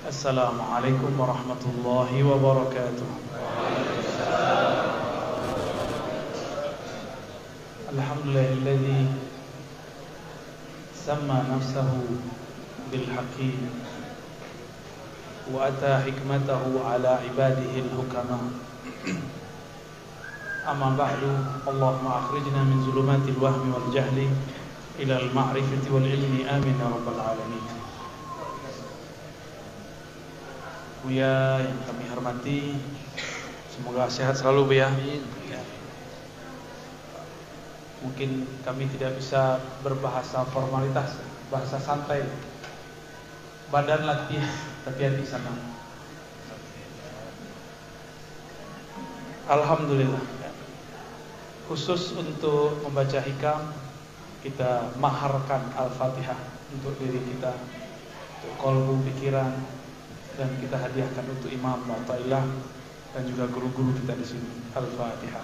Assalamualaikum warahmatullahi wabarakatuh. Alhamdulillahilladzi samma nafsahu bil hakim wa ata hikmatahu ala ibadihi al-hukama. Amma ba'du, Allahumma akhrijna min zulumatil wahmi wal jahli ila al-ma'rifati wal ilmi, amin ya rabbal alamin. Buya yang kami hormati, semoga sehat selalu Buya. Mungkin kami tidak bisa berbahasa formalitas, bahasa santai. Badan latih, tapi hati sana. Alhamdulillah. Khusus untuk membaca hikam, kita maharkan Al-Fatihah untuk diri kita, untuk kolbu pikiran, dan kita hadiahkan untuk Imam Athaillah dan juga guru-guru kita di sini. Al-Fatihah.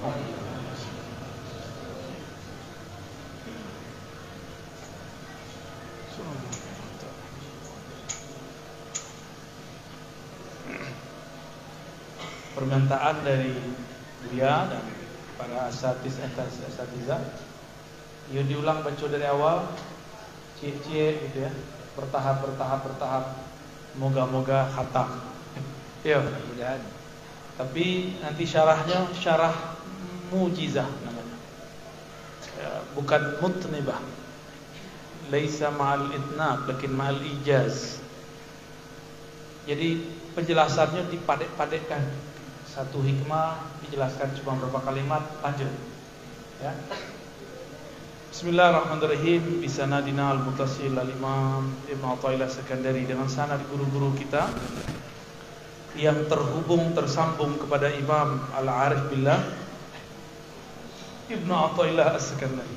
Permintaan dari Buya dan para asatidzah, ya diulang baca dari awal, cie-cie gitu ya, bertahap. Moga-moga khatam. Ya, mudah-mudahan. Tapi nanti syarahnya syarah mujizah namanya. Ya, bukan mutnibah. Laisa ma'al itnab, lakin ma'al ijaz. Jadi penjelasannya dipadek-padekkan. Satu hikmah dijelaskan cuma beberapa kalimat, lanjut. Ya. Bismillahirrahmanirrahim. Bisanadina al-muttasil al-Imam Ibn Athaillah Sekandari, dengan sanad guru-guru kita yang tersambung kepada Imam Al-Arif Billah Ibn Athaillah As-Sekandari.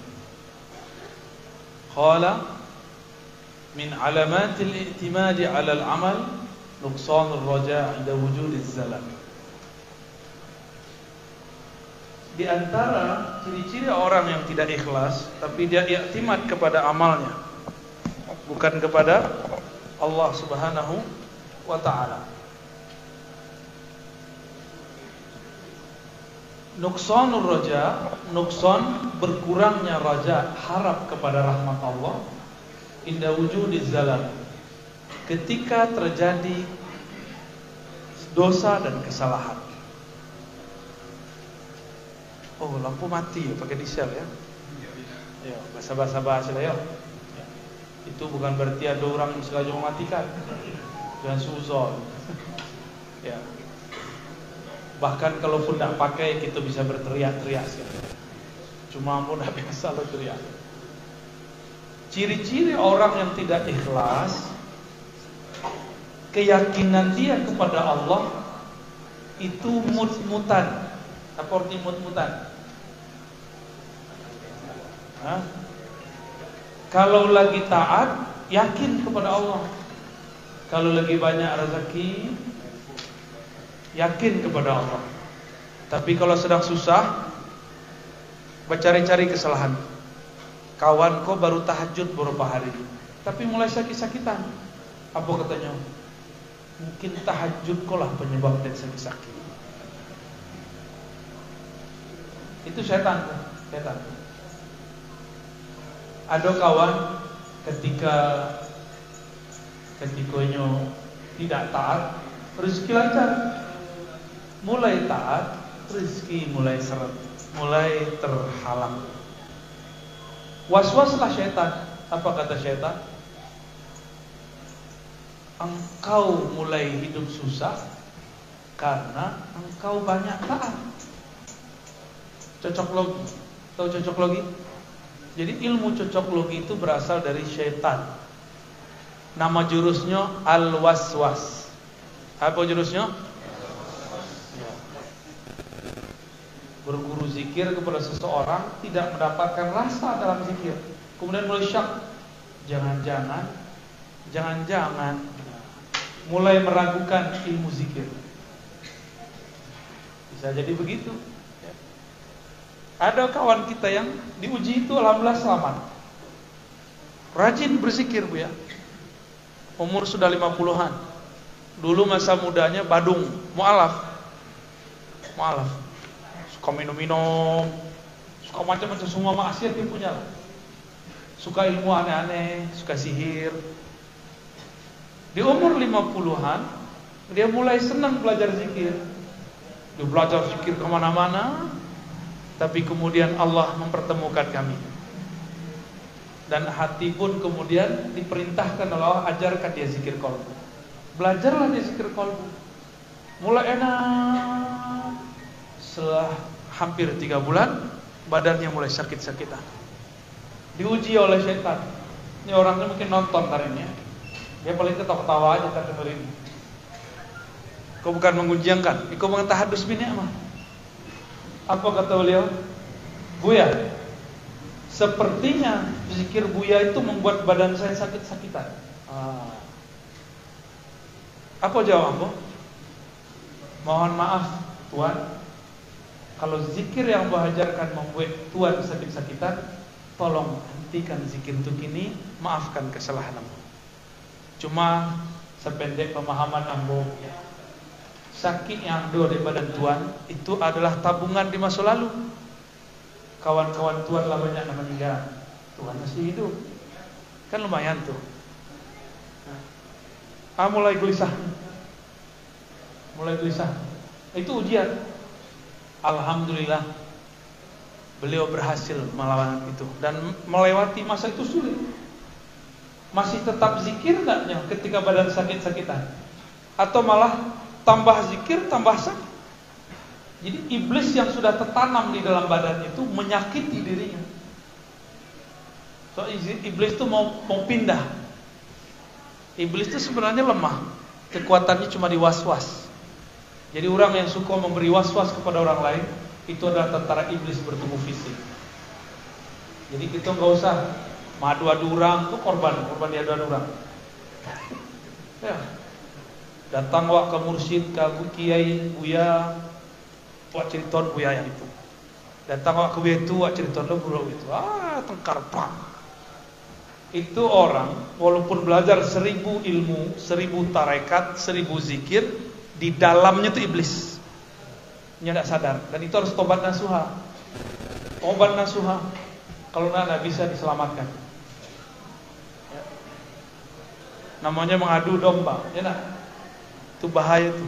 Qala min alamatil i'timadi 'ala al-'amal nuqsanur raja' 'inda wujudiz zalal. Di antara ciri-ciri orang yang tidak ikhlas, tapi dia i'timad kepada amalnya, bukan kepada Allah Subhanahu wa ta'ala. Nuqsanur raja, nuqsan berkurangnya raja, harap kepada rahmat Allah, inda wujudiz zalal, ketika terjadi dosa dan kesalahan. Oh, lampu mati ya, pakai diesel ya. Ya, bahasa ya. Itu bukan berarti ada orang sengaja mematikan. Jangan suzon. Ya. Bahkan kalaupun tidak pakai, kita bisa berteriak-teriak ya. Cuma mudah biasa lo teriak. Ciri-ciri orang yang tidak ikhlas, keyakinan dia kepada Allah itu mut-mutan. Apa arti mut-mutan? Kalau lagi taat, yakin kepada Allah. Kalau lagi banyak rezeki, yakin kepada Allah. Tapi kalau sedang susah, bercari-cari kesalahan. Kawan kau baru tahajud beberapa hari, tapi mulai sakit-sakitan. Apa katanya? Mungkin tahajud kau lah penyebab dan sakit-sakit. Itu setan. Ada kawan ketikanya tidak taat, rezeki lancar. Mulai taat, rezeki mulai seret, mulai terhalang. Was-waslah setan. Apa kata setan? Engkau mulai hidup susah karena engkau banyak taat. Cocok logi. Tahu cocok logi? Jadi ilmu cocok logi itu berasal dari syaitan. Nama jurusnya al-waswas. Apa jurusnya? Ya. Berguru zikir kepada seseorang, tidak mendapatkan rasa dalam zikir, kemudian mulai syak. Jangan-jangan mulai meragukan ilmu zikir. Bisa jadi begitu. Ada kawan kita yang diuji itu alhamdulillah selamat, rajin berzikir Bu ya, umur sudah 50-an, Dulu masa mudanya badung, mualaf. Suka minum-minum, suka macam-macam, semua maksiat dia punya. Suka ilmu aneh-aneh, suka sihir. Di umur 50-an dia mulai senang belajar zikir. Dia belajar zikir kemana-mana. Tapi kemudian Allah mempertemukan kami, dan hati pun kemudian diperintahkan oleh Allah, ajarkan dia zikir qalbu. Belajarlah dia zikir qalbu. Mulai enak. Setelah hampir 3 bulan badannya mulai sakit-sakitan. Diuji oleh setan. Ini orangnya mungkin nonton hari ini ya. Dia paling ketawa-ketawa aja tak dengerin. Kau bukan mengujiankan, kau mengtahadus bin ni'mah. Apa kata beliau? Buya, sepertinya zikir Buya itu membuat badan saya sakit-sakitan. Apa jawabmu? Mohon maaf Tuan, kalau zikir yang Buya ajarkan membuat Tuan sakit-sakitan, tolong hentikan zikir untuk ini, maafkan kesalahan ambo. Cuma sependek pemahaman ambo, sakit yang ada di badan Tuan itu adalah tabungan di masa lalu. Kawan-kawan Tuan lah banyak yang meninggal, Tuan masih hidup, kan lumayan tuh. Mulai gelisah. Itu ujian. Alhamdulillah beliau berhasil melawan itu dan melewati masa itu sulit. Masih tetap zikir enggaknya ketika badan sakit-sakitan? Atau malah tambah zikir, tambah sakit. Jadi iblis yang sudah tertanam di dalam badan itu menyakiti dirinya. So iblis itu mau pindah. Iblis itu sebenarnya lemah. Kekuatannya cuma di was-was. Jadi orang yang suka memberi was-was kepada orang lain, itu adalah tentara iblis bertubuh fisik. Jadi kita nggak usah madu-adu orang, itu korban diadu-adu orang. Ya. Datang wak ke mursyid, ke kiai, buya, wak ceriton buya yang itu. Datang wak ke betu, wak ceriton lo bro itu. Tengkar pang. Itu orang walaupun belajar 1000 ilmu, 1000 tarekat, 1000 zikir, di dalamnya itu iblis. Dia tidak sadar, dan itu harus tobat nasuha. Tobat nasuha. Kalau tidak bisa diselamatkan. Ya. Namanya mengadu domba, ya nak? Itu bahaya tuh.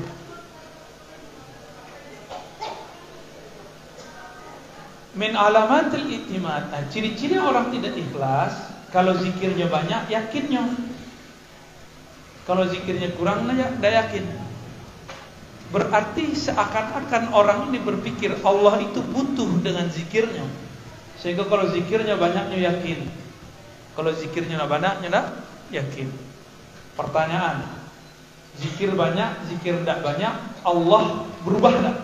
Min alamatil i'timad. Ciri-ciri orang tidak ikhlas, kalau zikirnya banyak, yakinnya. Kalau zikirnya kurang, tidak yakin. Berarti seakan-akan orang ini berpikir Allah itu butuh dengan zikirnya. Sehingga kalau zikirnya banyaknya yakin. Kalau zikirnya banyaknya tidak yakin. Pertanyaan, zikir banyak, zikir tidak banyak, Allah berubah tidak?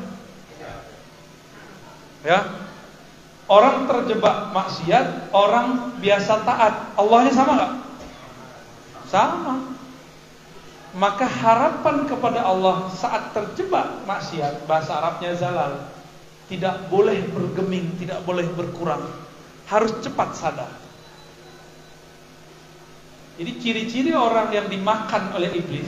Ya. Orang terjebak maksiat, orang biasa taat, Allahnya sama enggak? Sama. Maka harapan kepada Allah saat terjebak maksiat, bahasa Arabnya zalal, tidak boleh bergeming, tidak boleh berkurang, harus cepat sadar. Jadi ciri-ciri orang yang dimakan oleh iblis,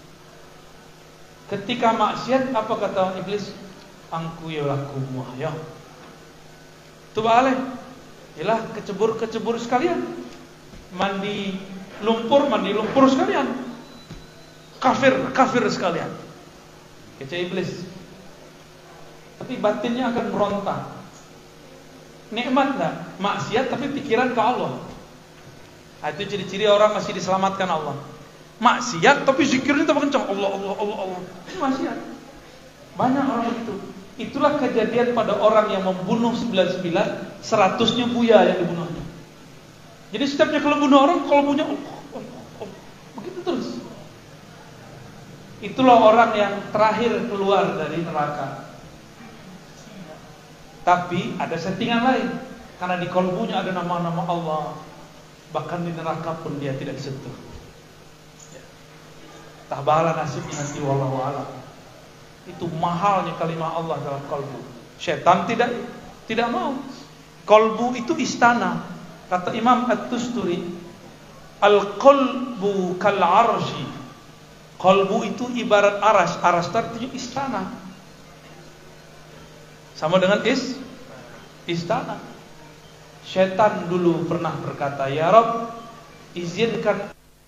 ketika maksiat, apa kata iblis? Angku ya lakum ya. Tu balik, ialah kecebur sekalian, mandi lumpur sekalian. Kafir sekalian. Kece iblis. Tapi batinnya akan berontak. Nikmat enggak? Maksiat tapi pikiran ke Allah. Itu ciri-ciri orang masih diselamatkan Allah. Maksiat tapi zikirnya tambah kencang. Allah. Itu maksiat. Banyak orang begitu. Itulah kejadian pada orang yang membunuh 99, 100-nya buya yang dibunuhnya. Jadi setiapnya kalau bunuh orang, kalbunya Allah. Begitu terus. Itulah orang yang terakhir keluar dari neraka. Tapi ada settingan lain, karena di kalbunya ada nama-nama Allah. Bahkan di neraka pun dia tidak disentuh. Tahbalah nasibnya nanti wallahu a'lam. Itu mahalnya kalimat Allah dalam kalbu. Syaitan tidak mau. Kalbu itu istana. Kata Imam At-Tusturi, al-qalbu kal-arshi Qalbu itu ibarat aras. Aras itu artinya istana. Sama dengan istana. Syaitan dulu pernah berkata, "Ya Rabb, izinkan."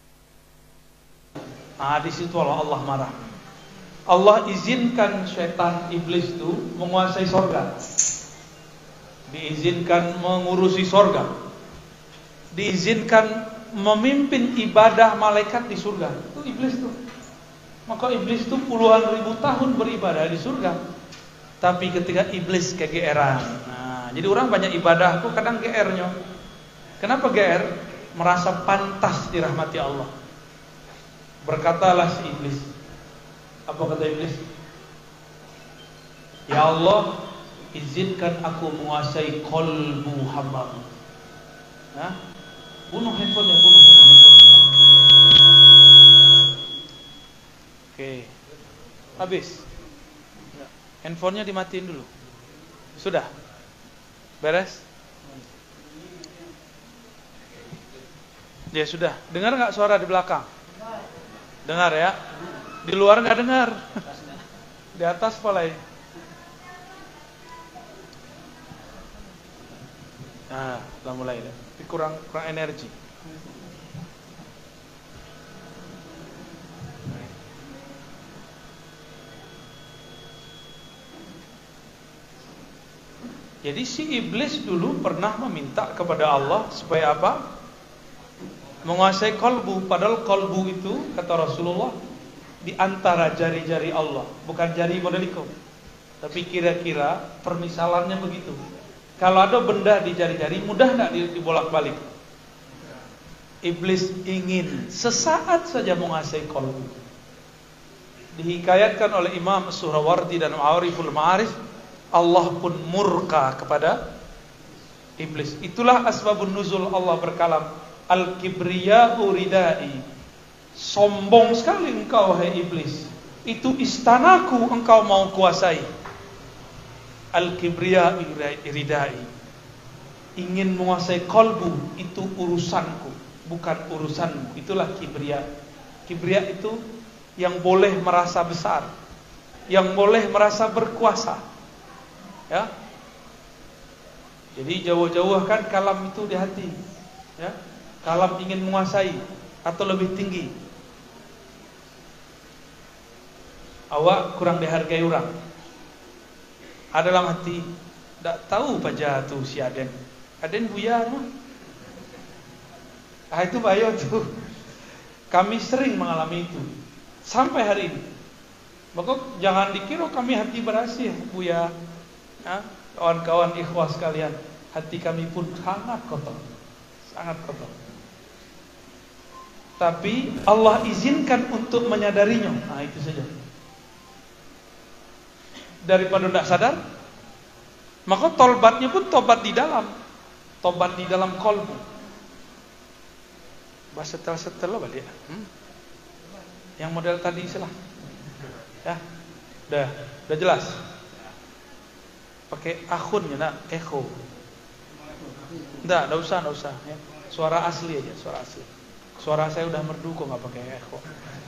Nah, di situ Allah marah. Allah izinkan syaitan, iblis itu menguasai sorga. Diizinkan mengurusi sorga. Diizinkan memimpin ibadah malaikat di surga. Itu iblis tuh. Maka iblis itu puluhan ribu tahun beribadah di surga. Tapi ketika iblis kegeeran. Nah, jadi orang banyak ibadah kok kadang geernya. Kenapa geer? Merasa pantas dirahmati Allah. Berkatalah si iblis. Apa kata iblis? Ya Allah, izinkan aku menguasai qalbu hamba-Mu. Nah, bunuh handphonenya, bunuh handphonenya. Oke, habis. Handphonenya dimatiin dulu. Sudah? Beres? Ya sudah. Dengar nggak suara di belakang? Dengar ya. Di luar nggak dengar. Di atas pala. Nah, udah mulai. Tapi kurang energi. Jadi si iblis dulu pernah meminta kepada Allah supaya apa? Menguasai kalbu. Padahal kalbu itu, kata Rasulullah, di antara jari-jari Allah, bukan jari modeliko. Tapi kira-kira permisalannya begitu. Kalau ada benda di jari-jari, mudah nggak dibolak-balik? Iblis ingin sesaat saja menguasai kalbu. Dihikayatkan oleh Imam Suhrawardi dan Ma'ariful Ma'arif, Allah pun murka kepada iblis. Itulah asbabun nuzul Allah berkalam, Al-kibriya'u ridai. Sombong sekali engkau hai iblis. Itu istanaku engkau mau kuasai. Al-kibriya'u ridai. Ingin menguasai kalbu, itu urusanku, bukan urusanmu. Itulah kibriya. Kibriya itu yang boleh merasa besar, yang boleh merasa berkuasa. Ya. Jadi jauh-jauh kan kalam itu di hati. Ya. Kalam ingin menguasai atau lebih tinggi. Awak kurang dihargai orang. Ada dalam hati, tak tahu paja tu si Aden. Aden buya mah. Itu bahaya tuh. Kami sering mengalami itu sampai hari ini. Maka jangan dikira kami hati berhasil, buya. Ya, kawan-kawan ikhwah sekalian, hati kami pun sangat kotor. Sangat kotor. Tapi Allah izinkan untuk menyadarinya. Nah, itu saja. Daripada tidak sadar, maka tobatnya pun tobat di dalam. Tobat di dalam kolbu. Bahasa setel balik. Yang model tadi salah. Ya. Udah jelas. Pakai akun ya, nak echo. Enggak usah ya. Suara asli aja, suara asli. Suara saya udah merdu kok nggak pakai echo.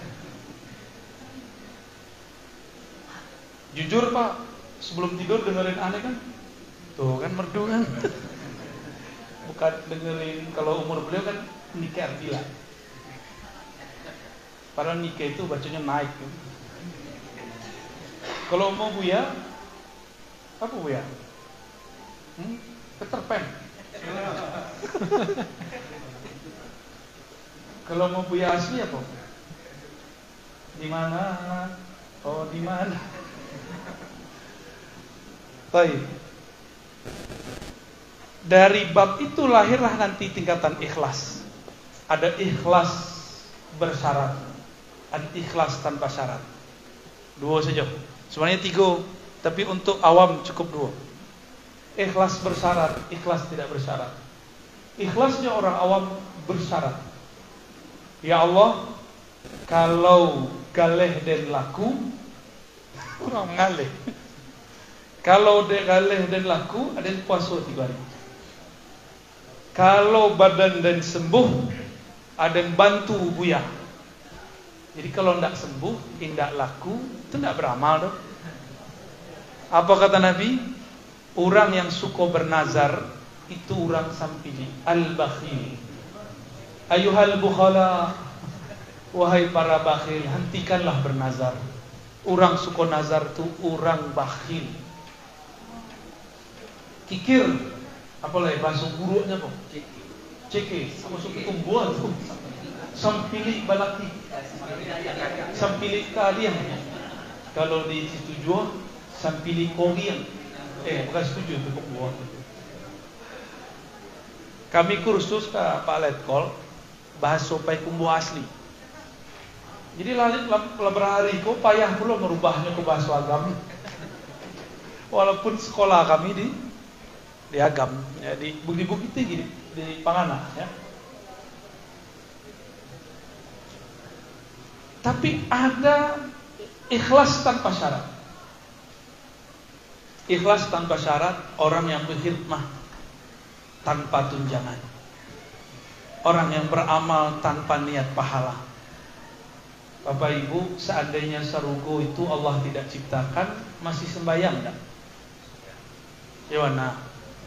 Jujur Pak, sebelum tidur dengerin aneh kan? Tuh kan merdu kan? Bukan dengerin, kalau umur beliau kan nikah gila. Padahal nikah itu bacanya naik. Kan? Kalau mau buya, apa buya? Peter Pan. Kalau mau buya asli apa? Di mana? Oh, di mana? Baik. Dari bab itu lahirlah nanti tingkatan ikhlas. Ada ikhlas bersyarat, ada ikhlas tanpa syarat. Dua saja. Sebenarnya tiga, tapi untuk awam cukup dua. Ikhlas bersyarat, ikhlas tidak bersyarat. Ikhlasnya orang awam bersyarat. Ya Allah, kalau galeh dan laku, kurang ngaleh. Kalau dia galeh dan laku, ada yang puasa 3 hari. Kalau badan dan sembuh, ada yang bantu buya. Jadi kalau tidak sembuh, tidak laku, itu tidak beramal dong. Apa kata Nabi? Orang yang suka bernazar itu orang sampili, al-bakhil. Ayuhal bukhala, wahai para bakhil, hentikanlah bernazar. Orang suka nazar itu orang bakhil. Kikir, apalagi bahasa buruknya apa? Ceke, sama suku tumbuhan tuh. Sampili balaki, sampili kalian. Kalau di situ jua, sampili korian. Bukan setuju itu tumbuhan. Kami kursus ke Pak Letkol bahasa pai kumbu asli. Jadi beberapa hari kok payah pula merubahnya ke bahasa agam. Walaupun sekolah kami di agam, ya, di bukti-bukti gini di Pangana, ya. Tapi ada ikhlas tanpa syarat. Ikhlas tanpa syarat, orang yang berkhidmah tanpa tunjangan. Orang yang beramal tanpa niat pahala. Bapak Ibu, seandainya sarugo itu Allah tidak ciptakan, masih sembahyang enggak? Yawana.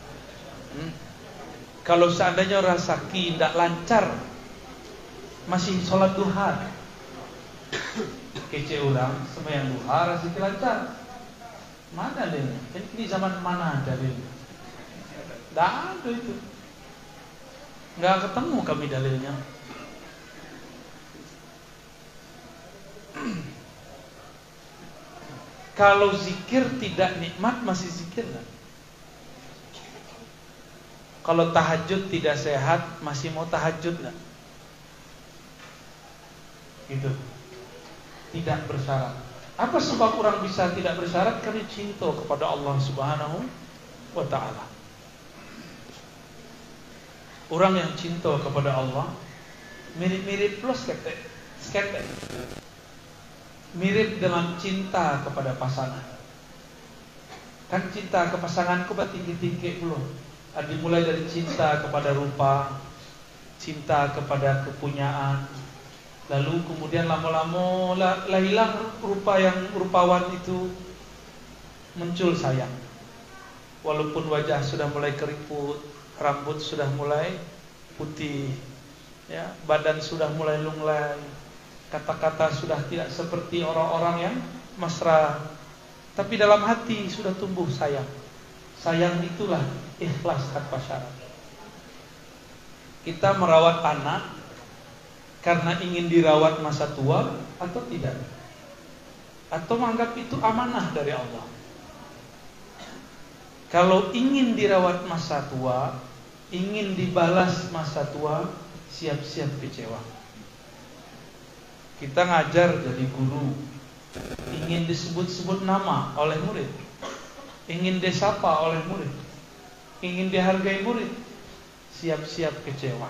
Kalau seandainya orang sakit tidak lancar, masih sholat duha. Kece orang sembahyang duha masih lancar. Mana dalilnya? Ini zaman mana dalilnya? Tidak ada itu. Nggak ketemu kami dalilnya. Kalau zikir tidak nikmat, masih zikir nggak? Kalau tahajud tidak sehat, masih mau tahajud nggak? Gitu. Tidak bersyarat. Apa sebab orang bisa tidak bersyarat? Karena cinta kepada Allah Subhanahu wa ta'ala. Orang yang cinta kepada Allah mirip-mirip plus sketek. Mirip dengan cinta kepada pasangan. Kan cinta ke pasangan ku tinggi-tinggi belum. Dimulai dari cinta kepada rupa, cinta kepada kepunyaan. Lalu kemudian lama-lama hilang rupa yang rupawan itu, muncul sayang. Walaupun wajah sudah mulai keriput, rambut sudah mulai putih, ya, badan sudah mulai lunglai, kata-kata sudah tidak seperti orang-orang yang mesra, tapi dalam hati sudah tumbuh sayang. Sayang itulah ikhlas tanpa syarat. Kita merawat anak karena ingin dirawat masa tua atau tidak? Atau menganggap itu amanah dari Allah? Kalau ingin dirawat masa tua, ingin dibalas masa tua, siap-siap kecewa. Kita ngajar jadi guru, ingin disebut-sebut nama oleh murid, ingin disapa oleh murid, ingin dihargai murid, siap-siap kecewa.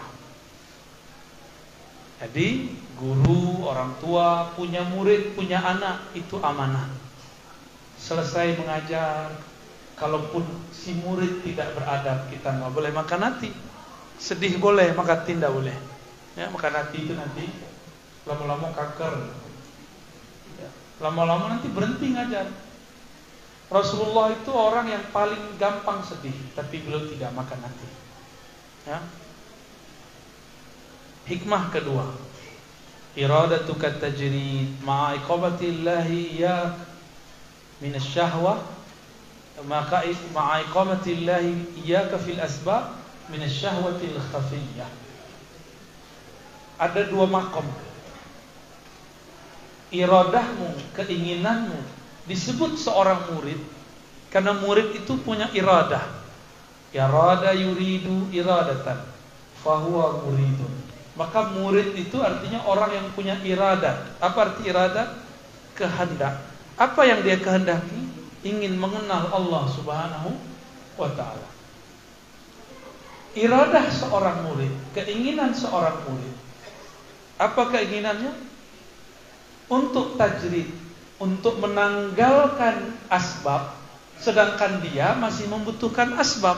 Jadi guru, orang tua, punya murid, punya anak, itu amanah. Selesai mengajar, kalaupun si murid tidak beradab, kita nggak boleh makan hati. Sedih boleh, makan hati tidak boleh. Ya, makan hati itu nanti lama-lama kanker. Ya, lama-lama nanti berhenti ngajar. Rasulullah itu orang yang paling gampang sedih, tapi beliau tidak makan hati. Ya. Hikmah kedua, iradatuka tajrid ma'a iqamatillahi iyyak min asy-syahwah, maka ma'a iqamatillahi iyyaka fil asbab min asy-syahwatil khafiyyah. Ada dua makom. Iradahmu, keinginanmu disebut seorang murid karena murid itu punya iradah. Irada yuridu iradatan fahuwa muridun. Maka murid itu artinya orang yang punya iradat. Apa arti iradat? Kehendak. Apa yang dia kehendaki? Ingin mengenal Allah Subhanahu wa ta'ala. Iradah seorang murid, keinginan seorang murid. Apa keinginannya? Untuk tajrid, untuk menanggalkan asbab, sedangkan dia masih membutuhkan asbab.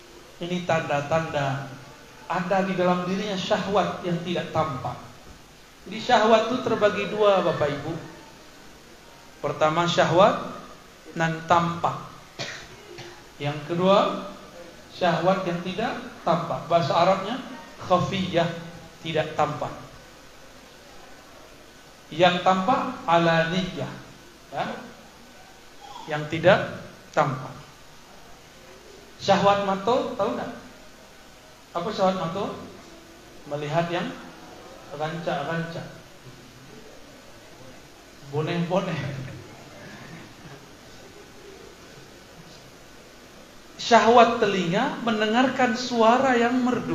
Ini tanda-tanda ada di dalam dirinya syahwat yang tidak tampak. Jadi syahwat itu terbagi dua Bapak Ibu. Pertama syahwat nan tampak. Yang kedua syahwat yang tidak tampak. Bahasa Arabnya khafiyah, tidak tampak. Yang tampak alaniyah, ya. Yang tidak tampak. Syahwat mata, tahu enggak? Apa syahwat mata? Melihat yang rancak-rancak, boneh-boneh. Syahwat telinga mendengarkan suara yang merdu.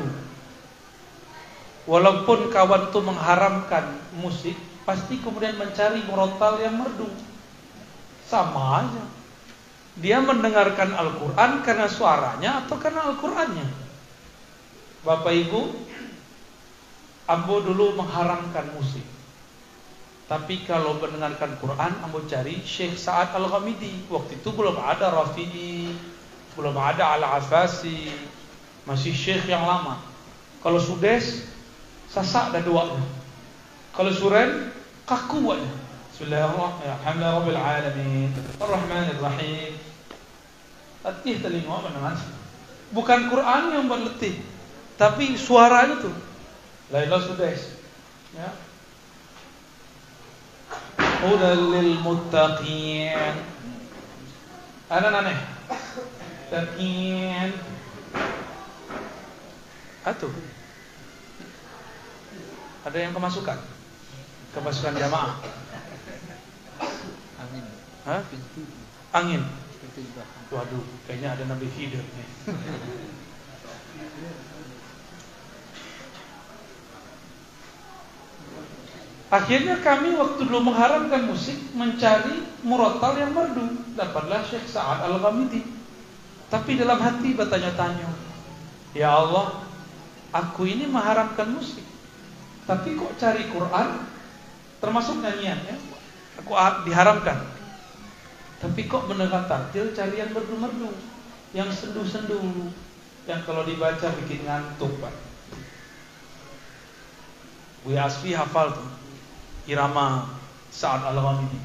Walaupun kawan itu mengharamkan musik, pasti kemudian mencari murotal yang merdu. Sama aja. Dia mendengarkan Al-Quran karena suaranya atau karena Al-Qurannya. Bapak Ibu, ambo dulu mengharamkan musik. Tapi kalau mendengarkan Quran, ambo cari Syekh Sa'ad Al-Ghamidi. Waktu itu belum ada Rafi'i, belum ada Al-Afasi, masih Syekh yang lama. Kalau Sudes, sasak dah dua. Kalau Suren, kaku aja. Bismillahirrahmanirrahim, Ar-Rahmanirrahim. Letih telinga mendengar. Bukan Quran yang buat letih, tapi suaranya tuh. Laila Sudes, ya. Hudal lil muttaqin. Aneh. Taqin. Atuh. Ada yang kemasukan jamaah. Angin. Hah? Angin. Waduh, kayaknya ada nabi feeder nih. Akhirnya kami waktu dulu mengharamkan musik, mencari murotal yang merdu. Dapatlah Syekh Sa'ad Al-Ghamidi. Tapi dalam hati bertanya-tanya, ya Allah, aku ini mengharamkan musik, tapi kok cari Quran, termasuk nyanyian, ya, aku diharamkan. Tapi kok mendengar taktil cari yang merdu-merdu, yang sendu-sendu, yang kalau dibaca bikin ngantuk, Pak. Buya Asfi hafal tuh irama Sa'ad Al-Ghamidi.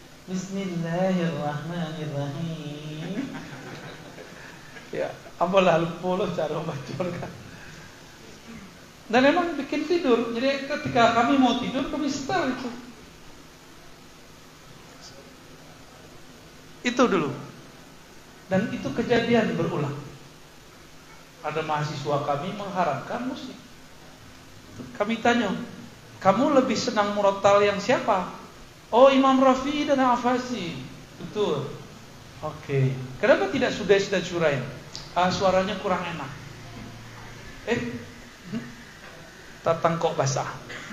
Bismillahirrahmanirrahim. Ya, apalah lupa cara baca kan. Dan memang bikin tidur. Jadi ketika kami mau tidur, kami setel itu. Itu dulu. Dan itu kejadian berulang. Ada mahasiswa kami mengharamkan musik. Kami tanya, kamu lebih senang murotal yang siapa? Oh, Imam Rafi'i dan Afasi. Betul. Oke. Kenapa tidak Sudais dan Syurain? Suaranya kurang enak. Tatang kok basah.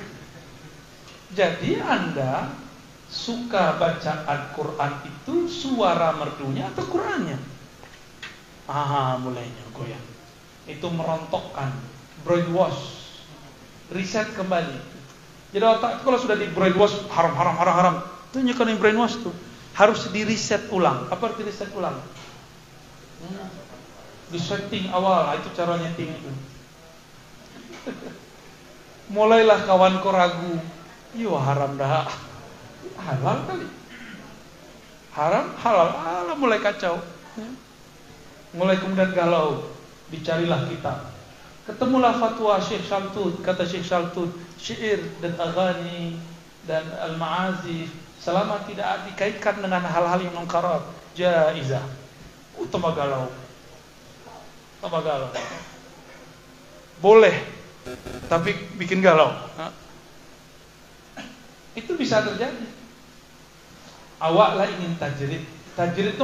Jadi Anda suka baca Al-Quran itu suara merdunya atau Qurannya? Mulainya goyang. Itu merontokkan, brainwash, riset kembali. Jadi otak kalau sudah di brainwash haram. Itu nyekani brainwash tuh harus di reset ulang. Apa arti reset ulang? Di setting awal, itu cara nyeting itu. Mulailah kawanku ragu, yo haram dah, halal kali, haram halal, mulai kacau, mulai kemudian galau, dicarilah kitab, ketemulah fatwa Syekh Shaltut. Kata Syekh Shaltut, syair dan aghani dan al-ma'azif selama tidak dikaitkan dengan hal-hal yang mungkarat jaizah. Tambah galau, boleh, tapi bikin galau. Itu bisa terjadi. Awaklah ingin tajrid. Tajrid itu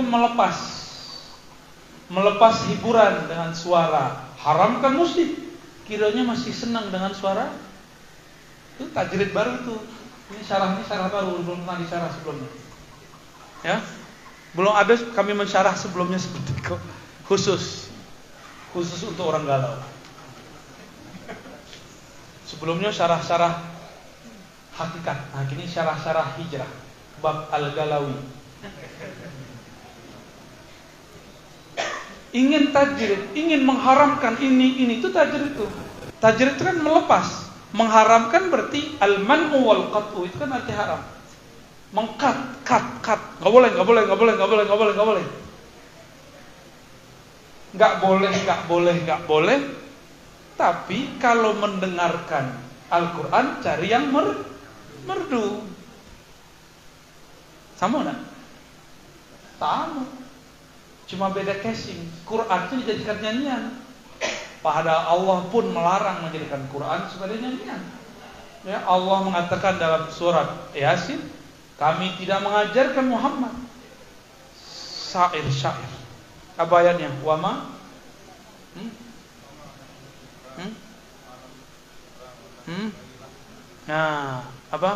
melepas hiburan dengan suara. Haramkan musik, kiranya masih senang dengan suara. Itu tajrid baru itu. Ini syarah baru, belum pernah disyarah sebelumnya. Ya, belum ada kami mensyarah sebelumnya seperti itu. Khusus untuk orang galau. Sebelumnya syarah-syarah hakikat. Nah, ini syarah-syarah hijrah bab Al-Galawi. Ingin tajrid, ingin mengharamkan ini itu tajrid itu. Tajrid itu kan melepas. Mengharamkan berarti al-man'u wal qat'u, itu kan arti haram. Cut. Enggak boleh. Enggak boleh. Tapi kalau mendengarkan Al-Quran cari yang merdu. Sama enggak? Sama. Cuma beda casing. Quran itu dijadikan nyanyian. Padahal Allah pun melarang menjadikan Quran sebagai nyanyian. Ya, Allah mengatakan dalam surat Yasin, kami tidak mengajarkan Muhammad syair. Apa ayatnya? Wama? Nah, apa?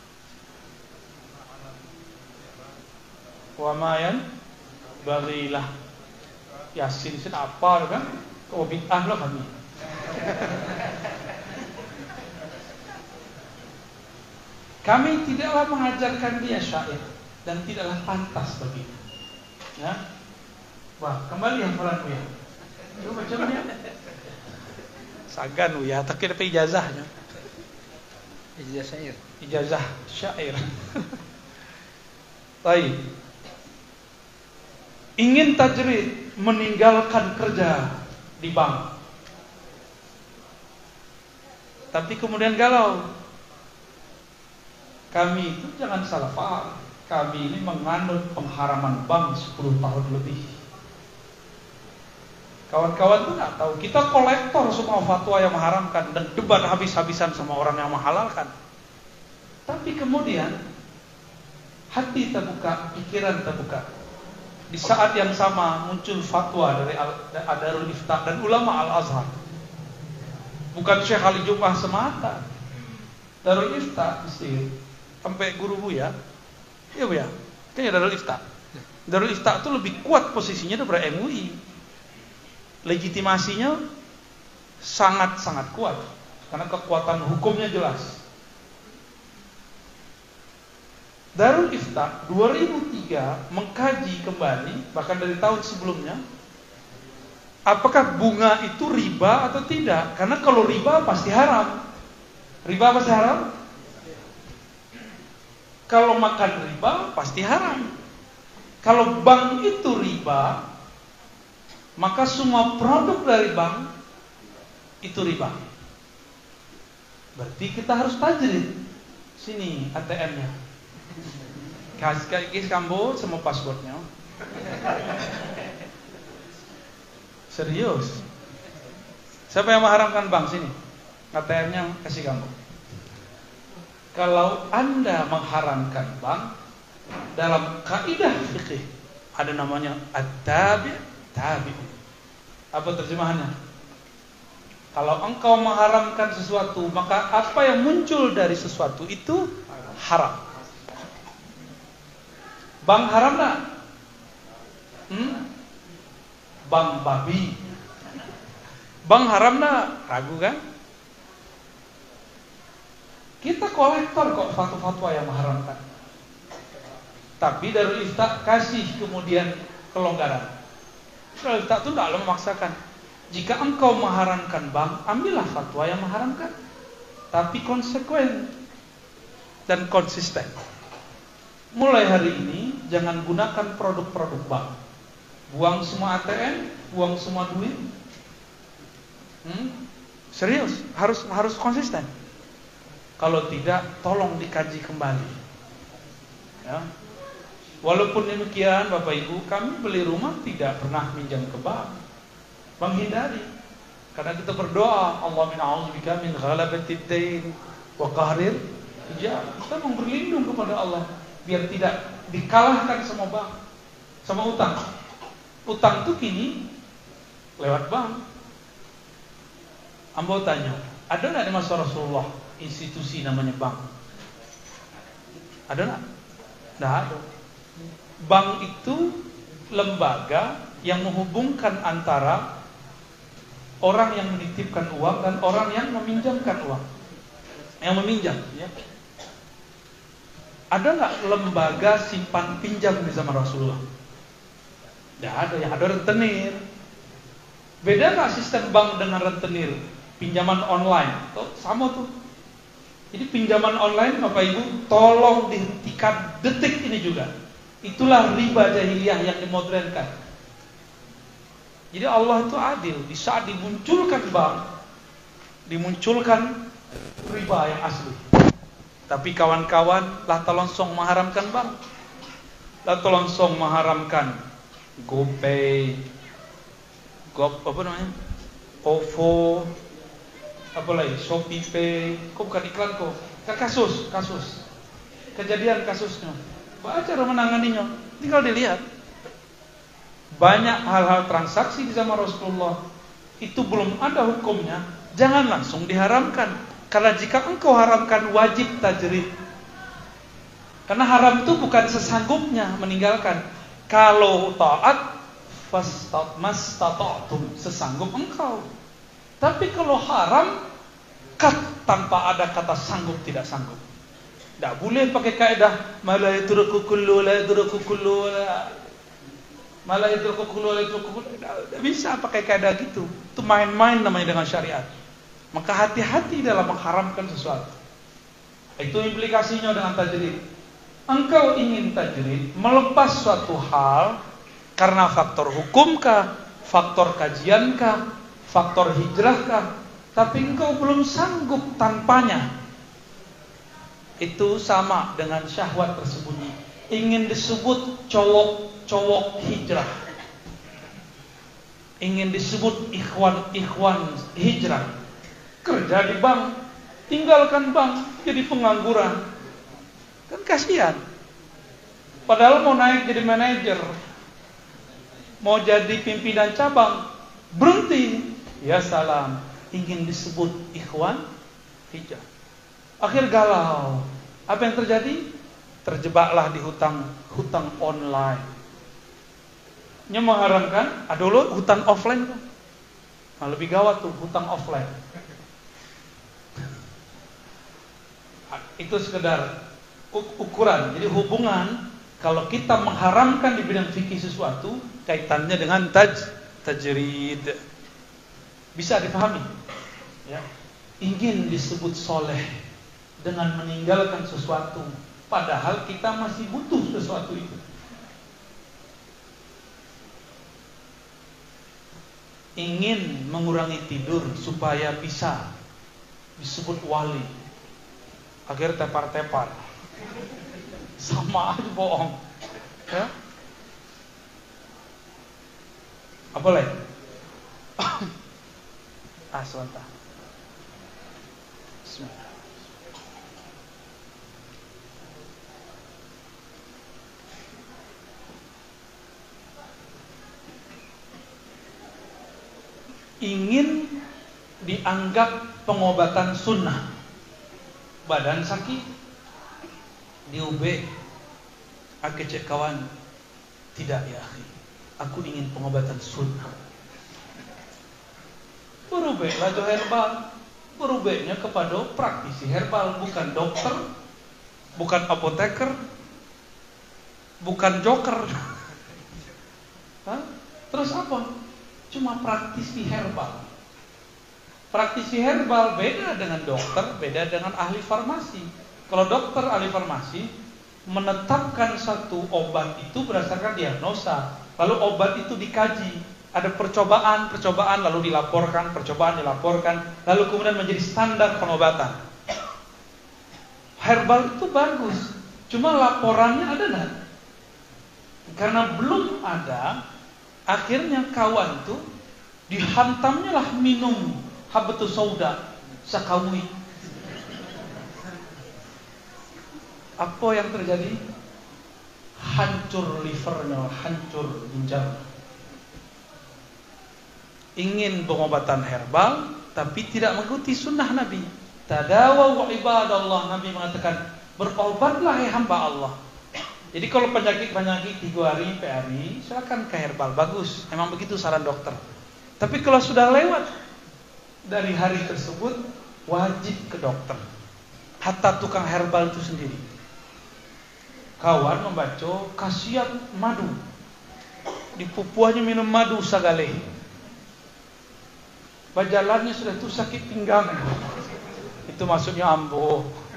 Wamayan bagilah. Yasin apa kan? Oh, bid'ah lah kami. Kami tidaklah mengajarkan dia syair dan tidaklah pantas baginya. Ya. Wah, kembali hafalan Uya. Coba ya. Sagan Uya, tapi ada ijazahnya. Ijazah syair. Baik. Ingin tajrid, meninggalkan kerja di bank. Tapi kemudian galau. Kami itu jangan salah paham. Kami ini menganut pengharaman bank 10 tahun lebih. Kawan-kawan tuh nggak tahu. Kita kolektor semua fatwa yang mengharamkan dan debat habis-habisan sama orang yang menghalalkan. Tapi kemudian hati terbuka, pikiran terbuka. Di saat yang sama muncul fatwa dari Darul Ifta dan ulama Al-Azhar. Bukan Syekh Ali Jum'ah semata. Darul Ifta mesti sampai guru Buya. Iya Buya. Kayaknya Darul Ifta. Darul Ifta itu lebih kuat posisinya daripada MUI. Legitimasinya sangat-sangat kuat karena kekuatan hukumnya jelas. Darul Ifta 2003 mengkaji kembali, bahkan dari tahun sebelumnya, apakah bunga itu riba atau tidak? Karena kalau riba pasti haram. Riba pasti haram? Kalau makan riba pasti haram. Kalau bank itu riba, maka semua produk dari bank itu riba. Berarti kita harus tajrid. Sini ATM-nya. Kasih kambo sama passwordnya. Serius. Siapa yang mengharamkan bank sini? ATM-nya kasih kambo. Kalau Anda mengharamkan bank, dalam kaidah fikih ada namanya at-tabi'. Apa terjemahannya? Kalau engkau mengharamkan sesuatu, maka apa yang muncul dari sesuatu itu haram. Bang haram tak? Bang babi. Bang haram tak? Ragu kan? Kita kolektor kok fatwa-fatwa yang mengharamkan. Tapi Darul Ifta kasih kemudian kelonggaran. Darul Ifta itu tidak memaksakan. Jika engkau mengharamkan bank, ambillah fatwa yang mengharamkan. Tapi konsekuen dan konsisten. Mulai hari ini jangan gunakan produk-produk bank. Buang semua ATM, buang semua duit. Serius, harus konsisten. Kalau tidak, tolong dikaji kembali. Ya. Walaupun demikian, Bapak Ibu, kami beli rumah tidak pernah minjam ke bank. Menghindari. Karena kita berdoa, Allahumma a'udzubika min ghalabatid dain wa qahrir rijal. Kita mau berlindung kepada Allah biar tidak dikalahkan sama bank, sama utang. Utang itu kini lewat bank. Ambo tanya, ada nggak di masa Rasulullah institusi namanya bank? Ada nggak? Nggak ada. Bank itu lembaga yang menghubungkan antara orang yang menitipkan uang dan orang yang meminjamkan uang, yang meminjam. Ya. Ada nggak lembaga simpan pinjam di zaman Rasulullah? Tidak ada, yang ada rentenir. Beda nggak sistem bank dengan rentenir? Pinjaman online, tuh sama tuh. Jadi pinjaman online Bapak Ibu tolong dihentikan detik ini juga. Itulah riba jahiliyah yang dimodernkan. Jadi Allah itu adil. Di saat dimunculkan bank, dimunculkan riba yang asli. Tapi kawan-kawan lah tolong mengharamkan bank. Lah tolong mengharamkan GoPay, apa namanya? OVO, apa lagi? Shopee Pay. Kok bukan iklan kok? Kasus. Kejadian kasusnya. Baca cara menanganinya. Tinggal dilihat. Banyak hal-hal transaksi di zaman Rasulullah itu belum ada hukumnya, jangan langsung diharamkan. Karena jika engkau haramkan wajib tajrid. Karena haram itu bukan sesanggupnya meninggalkan. Kalau taat mastata'tum, sesanggup engkau. Tapi kalau haram tanpa ada kata sanggup, tidak sanggup. Tidak boleh pakai kaidah mala yatruku kullu la yatruku kullu malah itu tidak bisa pakai kaidah gitu. Itu main-main namanya dengan syariat. Maka hati-hati dalam mengharamkan sesuatu. Itu implikasinya dengan tajrid. Engkau ingin tajrid melepas suatu hal karena faktor hukumkah, faktor kajiankah, faktor hijrahkah, tapi engkau belum sanggup tanpanya. Itu sama dengan syahwat tersembunyi. Ingin disebut cowok hijrah, ingin disebut ikhwan hijrah, kerja di bank, tinggalkan bank, jadi pengangguran, kan kasihan. Padahal mau naik jadi manajer, mau jadi pimpinan cabang, berhenti. Ya salam, ingin disebut ikhwan hijrah, akhir galau. Apa yang terjadi? Terjebaklah di hutang online. Nya mengharamkan, ada dulu hutang offline tuh. Nah, lebih gawat tuh hutang offline. Itu sekedar ukuran. Jadi hubungan kalau kita mengharamkan di bidang fikih sesuatu, kaitannya dengan tajrid. Bisa dipahami? Ya. Ingin disebut soleh dengan meninggalkan sesuatu, padahal kita masih butuh sesuatu itu. Ingin mengurangi tidur supaya bisa disebut wali, akhir tepar-tepar, sama aja bohong. Ya? Apa lagi? Sebentar. Bismillah. Ingin dianggap pengobatan sunnah, badan sakit di UB, aku cek kawan, tidak ya akhi, aku ingin pengobatan sunnah. Berubahlah jo herbal, berubahnya kepada praktisi herbal, bukan dokter, bukan apoteker, bukan joker. Hah? Terus apa? Cuma praktisi herbal. Praktisi herbal beda dengan dokter, beda dengan ahli farmasi. Kalau dokter ahli farmasi menetapkan satu obat itu berdasarkan diagnosa, lalu obat itu dikaji, ada percobaan, lalu dilaporkan, lalu kemudian menjadi standar pengobatan. Herbal itu bagus, cuma laporannya ada nggak? Karena belum ada, akhirnya kawan itu dihantamnya lah minum habatus sauda sakawi. Apa yang terjadi? Hancur livernya, hancur ginjal. Ingin pengobatan herbal tapi tidak mengikuti sunnah Nabi. Tadawu ibadallah, Nabi mengatakan berobatlah hai hamba Allah. Jadi kalau penyakit 3 hari, 4 hari, silakan ke herbal, bagus. Memang begitu saran dokter. Tapi kalau sudah lewat dari hari tersebut, wajib ke dokter. Hatta tukang herbal itu sendiri. Kawan membaca khasiat madu. Di pupuahnya minum madu sagale. Bajalannya sudah tuh sakit pinggang. Itu maksudnya ambo.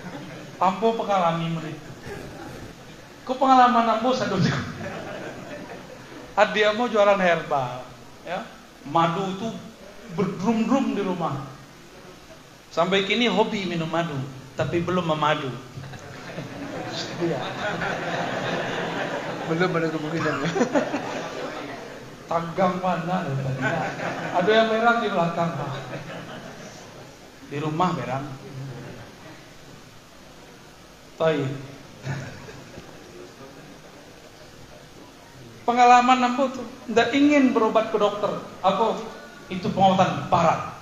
Ambo pengalami mereka. Kau pengalaman ambo satu juga. Adik ambo jualan herbal, ya. Madu itu berdrum-drum di rumah. Sampai kini hobi minum madu, tapi belum memadu. Ya. Belum ada kemungkinan. Tanggang mana? Ada yang merah di belakang. Di rumah berang. Baik. Pengalaman aku tuh tidak ingin berobat ke dokter. Aku itu pengobatan barat.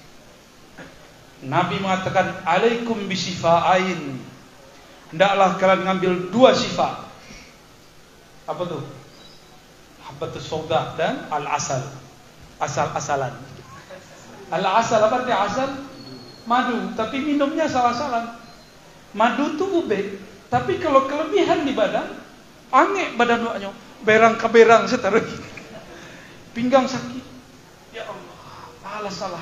Nabi mengatakan alaikum bisifa'ain. Hendaklah kalian ngambil 2 syifa. Apa tuh? Habbatus sauda dan al-asal. Asal-asalan. Al-asal apa artinya asal? Madu, tapi minumnya salah-salah. Madu tuh ube, tapi kalau kelebihan di badan, ange badan doanya. Berang ke berang setaruh. Pinggang sakit. Ya Allah, salah.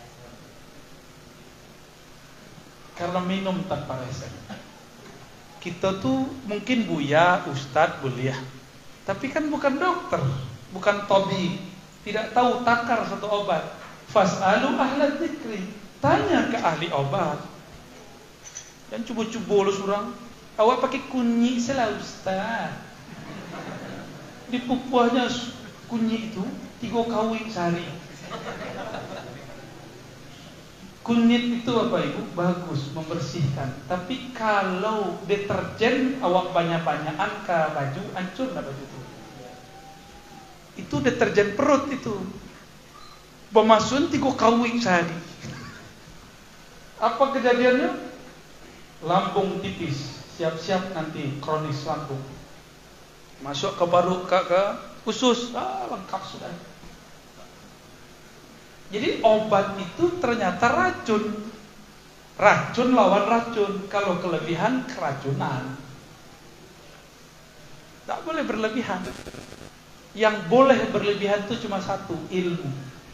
Karena minum tanpa resep. Kita tuh mungkin buya, ustadz, buliah. Tapi kan bukan dokter, bukan tabib. Tidak tahu takar satu obat. Fas'alu ahla dzikri. Tanya ke ahli obat. Dan cubo-cubo lu surang. Awak pakai kunyi salah ustaz. Di pupuahnya kunyi itu 3 kawin sehari. Kunyit itu apa ibu? Bagus, membersihkan. Tapi kalau deterjen awak banyak-banyakan ke baju, hancur nggak baju itu? Itu deterjen perut itu. Pemasukan 3 kawin sehari. Apa kejadiannya? Lambung tipis, siap-siap nanti kronis lambung. Masuk ke paru ke usus, lengkap sudah. Jadi obat itu ternyata racun. Racun lawan racun. Kalau kelebihan keracunan. Tak boleh berlebihan. Yang boleh berlebihan itu cuma satu, ilmu.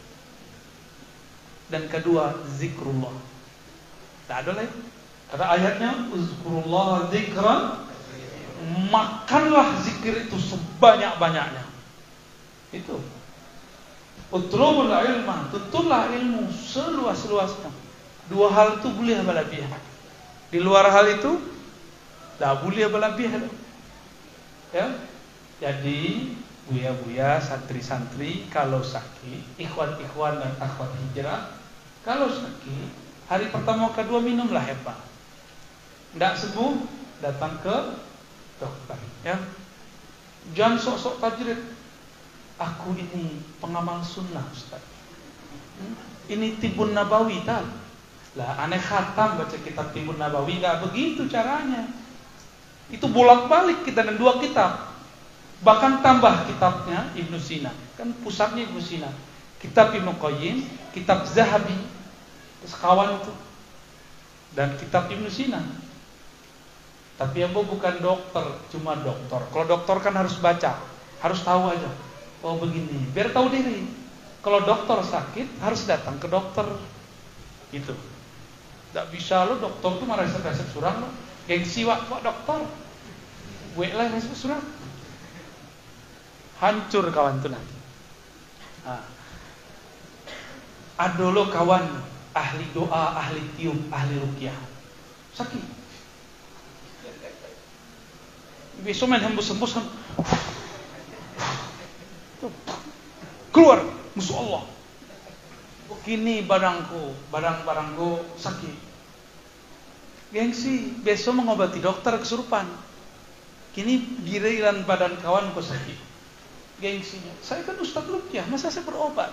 Dan kedua, zikrullah. Tak ada lagi. Kata ayatnya, uzkurullah zikran. Makanlah zikir itu sebanyak-banyaknya. Itu. Utlubul ilmah, tutuplah ilmu seluas-luasnya. 2 hal itu boleh berlebihan. Di luar hal itu tak boleh berlebihan. Ya. Jadi buya-buya, santri-santri kalau sakit, ikhwan-ikhwan dan akhwat hijrah, kalau sakit, hari pertama kedua minumlah herbal. Tidak sembuh, datang ke dokter. Ya. Jangan sok-sok tajrid. Aku ini pengamal sunnah Ustaz. Ini Tibun Nabawi tak? Lah aneh khatam baca kitab Tibun Nabawi, gak begitu caranya. Itu bolak-balik kita dan 2 kitab. Bahkan tambah kitabnya Ibnu Sina. Kan pusatnya Ibnu Sina. Kitab Ibnu Qayyim, kitab Zahabi, sekawan itu. Dan kitab Ibnu Sina. Tapi ambo bukan dokter, cuma dokter. Kalau dokter kan harus baca, harus tahu aja. Oh begini, biar tahu diri. Kalau dokter sakit harus datang ke dokter. Gitu. Tak bisa lo dokter tuh marah resep surang lo. Gengsi wak dokter. Gue lah resep surang. Hancur kawan tuh nanti. Ada lo kawan ahli doa, ahli tiup, ahli ruqyah. Sakit. Besok main hembus-hembus keluar musuh Allah. Kini barang-barangku sakit. Gengsi, besok mengobati dokter kesurupan. Kini giliran badan kawanku sakit. Gengsinya, saya kan Ustaz Ruqyah, masa saya berobat?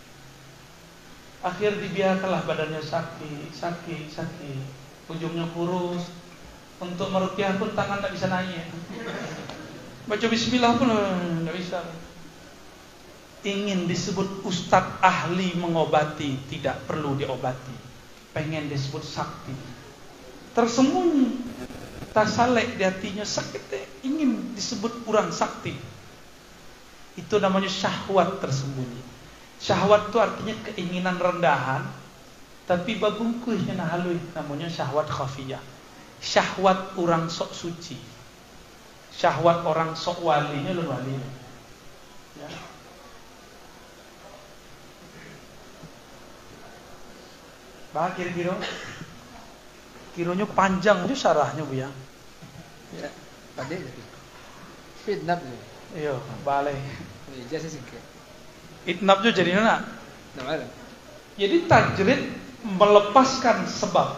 Akhir dibiarkanlah badannya sakit. Ujungnya kurus. Untuk meruqyah pun tangan tak bisa naik. Baca bismillah pun tak bisa. Ingin disebut ustadz ahli mengobati, tidak perlu diobati. Pengen disebut sakti, tersembunyi, tasalek di hatinya sakit, ingin disebut kurang sakti. Itu namanya syahwat tersembunyi. Syahwat itu artinya keinginan rendahan, tapi bagungkuhnya halui, namanya syahwat khafiyah. syahwat orang sok suci, syahwat orang sok walinya lu wali. Ya. Bah kira-kira kironya panjang je syarahnya Bu ya. Ya, pada jadi. Fitnah je. Iya, balai. Ijazah sikit. Itnab je jadi nak. Nama. Jadi tajrid melepaskan sebab.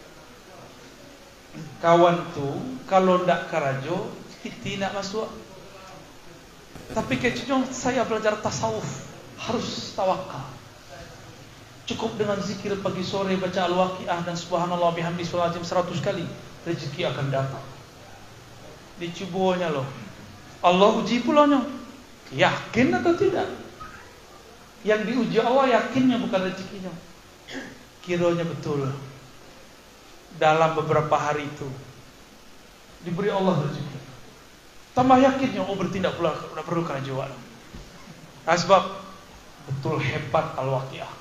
Kawan tu kalau ndak karajo, kita nak masuk. Tapi kecil saya belajar tasawuf harus tawakal. Cukup dengan zikir pagi sore, baca al-waqiah dan subhanallah bihamdi sulazim 100 kali, rezeki akan datang. Dicubanya loh. Allah uji pulanya. Yakin atau tidak? Yang diuji Allah yakinnya bukan rezekinya. Kiranya betul. Dalam beberapa hari itu diberi Allah rezeki. Tambah yakinnya, oh bertindak pula, tidak perlu kerajuan. Sebab betul hebat al-waqiah.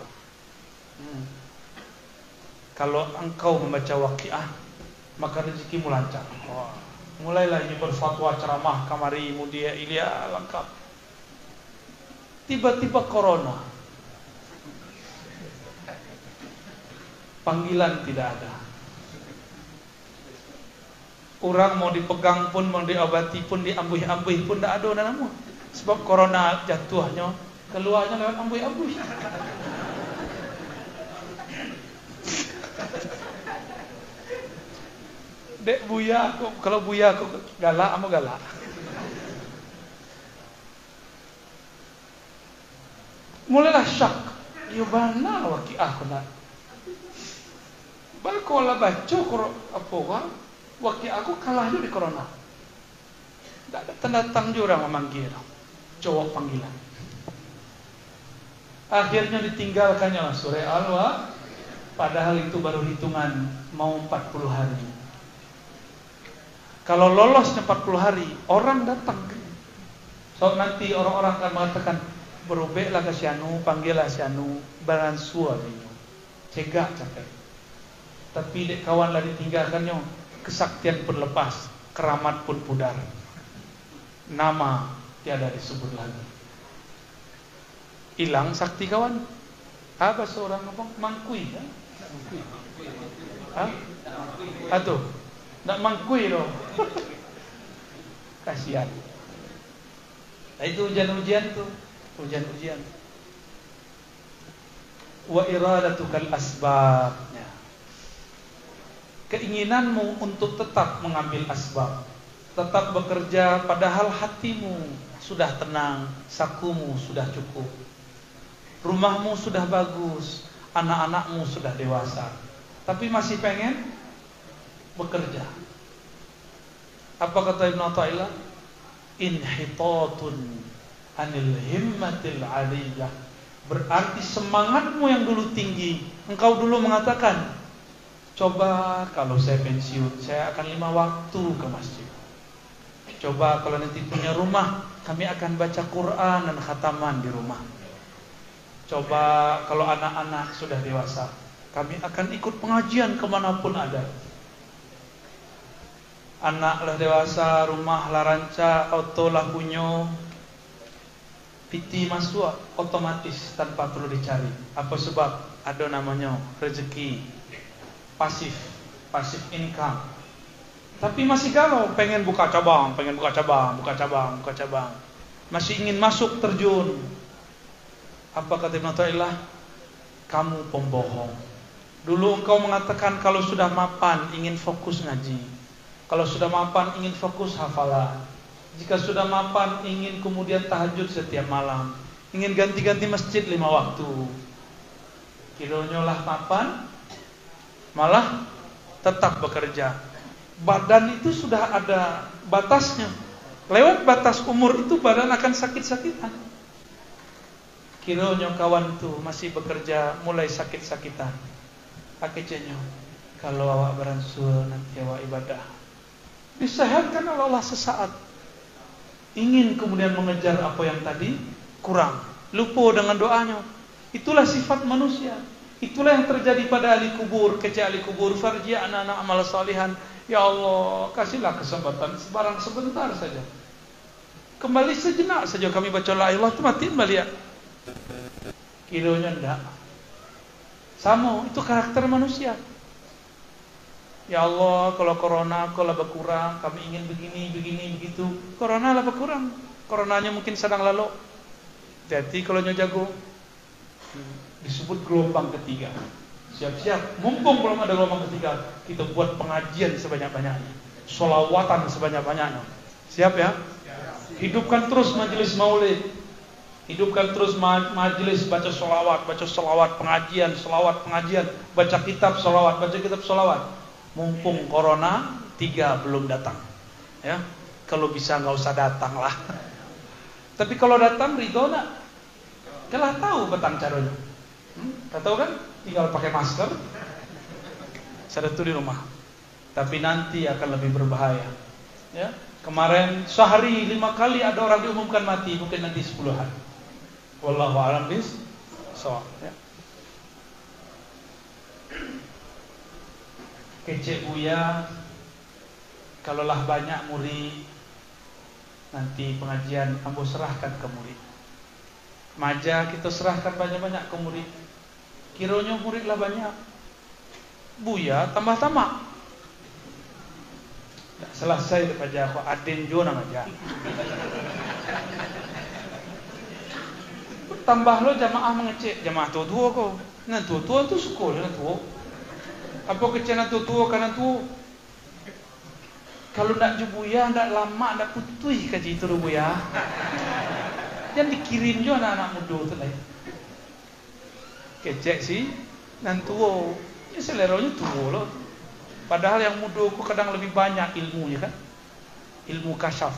Kalau engkau membaca waqiah, maka rezekimu lancar. Mulailah ini berfatwa ceramah kamari mudia Ilya lengkap. Tiba-tiba corona, panggilan tidak ada. Orang mau dipegang pun, mau diobati pun, diambuh-ambuh pun tidak ada nama. Sebab corona jatuhnya keluarnya lewat ambuh-ambuh. Dek Buya aku, kalau Buya aku galak, kamu galak. Mulailah syak. Ya mana waqiah kena. Balkola baca apa kan? Waqiah aku kalah juga di corona. Tak datang juga orang memanggil. Cowok panggilan. Akhirnya ditinggalkannya lah sore Al-Wa. Padahal itu baru hitungan mau 40 hari. Kalau lolosnya 40 hari, orang datang. So nanti orang-orang akan mengatakan, berubeklah ke Sianu, panggillah Sianu, baransua dia. Cegak capek. Tapi dek kawan lah ditinggalkannya, kesaktian pun lepas, keramat pun pudar. Nama tiada disebut lagi. Hilang sakti kawan. Apa seorang ngomong mangkui ya? Hah? Atuh. Nak mangkui loh. Kasihan. Nah, itu ujian-ujian tuh. Ujian-ujian. Wa iradatukal asbabnya. Keinginanmu untuk tetap mengambil asbab, tetap bekerja padahal hatimu sudah tenang, sakumu sudah cukup, rumahmu sudah bagus, anak-anakmu sudah dewasa, tapi masih pengen bekerja. Apa kata Ibn Athaillah? Inhitatun anil himmatil aliyah. Berarti semangatmu yang dulu tinggi. Engkau dulu mengatakan, coba kalau saya pensiun, saya akan 5 waktu ke masjid. Coba kalau nanti punya rumah, kami akan baca Quran dan khataman di rumah. Coba kalau anak-anak sudah dewasa, kami akan ikut pengajian kemanapun ada. Anak lah dewasa, rumah lah ranca, auto lah punya, piti masuk otomatis tanpa perlu dicari. Apa sebab? Ada namanya rezeki pasif income. Tapi masih galau, pengen buka cabang, masih ingin masuk terjun. Apa kata Ibn Athaillah? Kamu pembohong. Dulu engkau mengatakan kalau sudah mapan ingin fokus ngaji. Kalau sudah mapan ingin fokus hafalan. Jika sudah mapan ingin kemudian tahajud setiap malam. Ingin ganti-ganti masjid 5 waktu. Kiranya lah mapan, malah tetap bekerja. Badan itu sudah ada batasnya. Lewat batas umur itu badan akan sakit-sakitan. Kiranya kawan tuh masih bekerja mulai sakit-sakitan. Akhirnya kalau awak beransur nanti awak ibadah, disehatkan oleh Allah sesaat. Ingin kemudian mengejar apa yang tadi kurang, lupa dengan doanya. Itulah sifat manusia. Itulah yang terjadi pada ahli kubur. Ketika ahli kubur farji anak-anak amal salihan Ya Allah, kasihlah kesempatan sebarang sebentar saja. Kembali sejenak saja kami baca la ilaha itu mati kembali ya. Kilonya enggak. Sama, itu karakter manusia. Ya Allah, kalau corona kalau berkurang, kami ingin begini, begitu. Corona lah berkurang. Coronanya mungkin sedang lalu. Jadi kalau jago disebut gelombang ketiga. Siap-siap, mumpung belum ada gelombang ketiga, kita buat pengajian sebanyak-banyaknya, sholawatan sebanyak-banyaknya. Siap ya? Hidupkan terus majelis maulid, hidupkan terus majelis baca sholawat, pengajian, baca kitab sholawat. Mumpung corona 3 belum datang, ya. Kalau bisa nggak usah datang lah. Tapi kalau datang ridho nak, kalah tahu petang caranya. Tahu kan? Tinggal pakai masker. Saya tuh di rumah. Tapi nanti akan lebih berbahaya. Ya, kemarin sehari 5 kali ada orang diumumkan mati, mungkin nanti 10 hari. Wallahu a'lam bishawab. Ya. Kece Buya, kalaulah banyak murid, nanti pengajian ambo serahkan ke murid. Maja kita serahkan banyak-banyak ke murid. Kiranya muridlah banyak, Buya tambah-tambah. Tak selesai daripada aku Aden jo nama aja. Tambah lo jamaah mengecek, jamaah tua-tua kau. Nah tua-tua tu sekolah lah tua. Apa kecena tua-tua karena tua. Kalau nak Buya, nak lama, nak putih kaji itu Buya. Jangan dikirim jo anak-anak muda tu lah. Kecek sih, nan tua. Ya seleranya tua loh. Padahal yang muda ku kadang lebih banyak ilmunya kan. Ilmu kasyaf.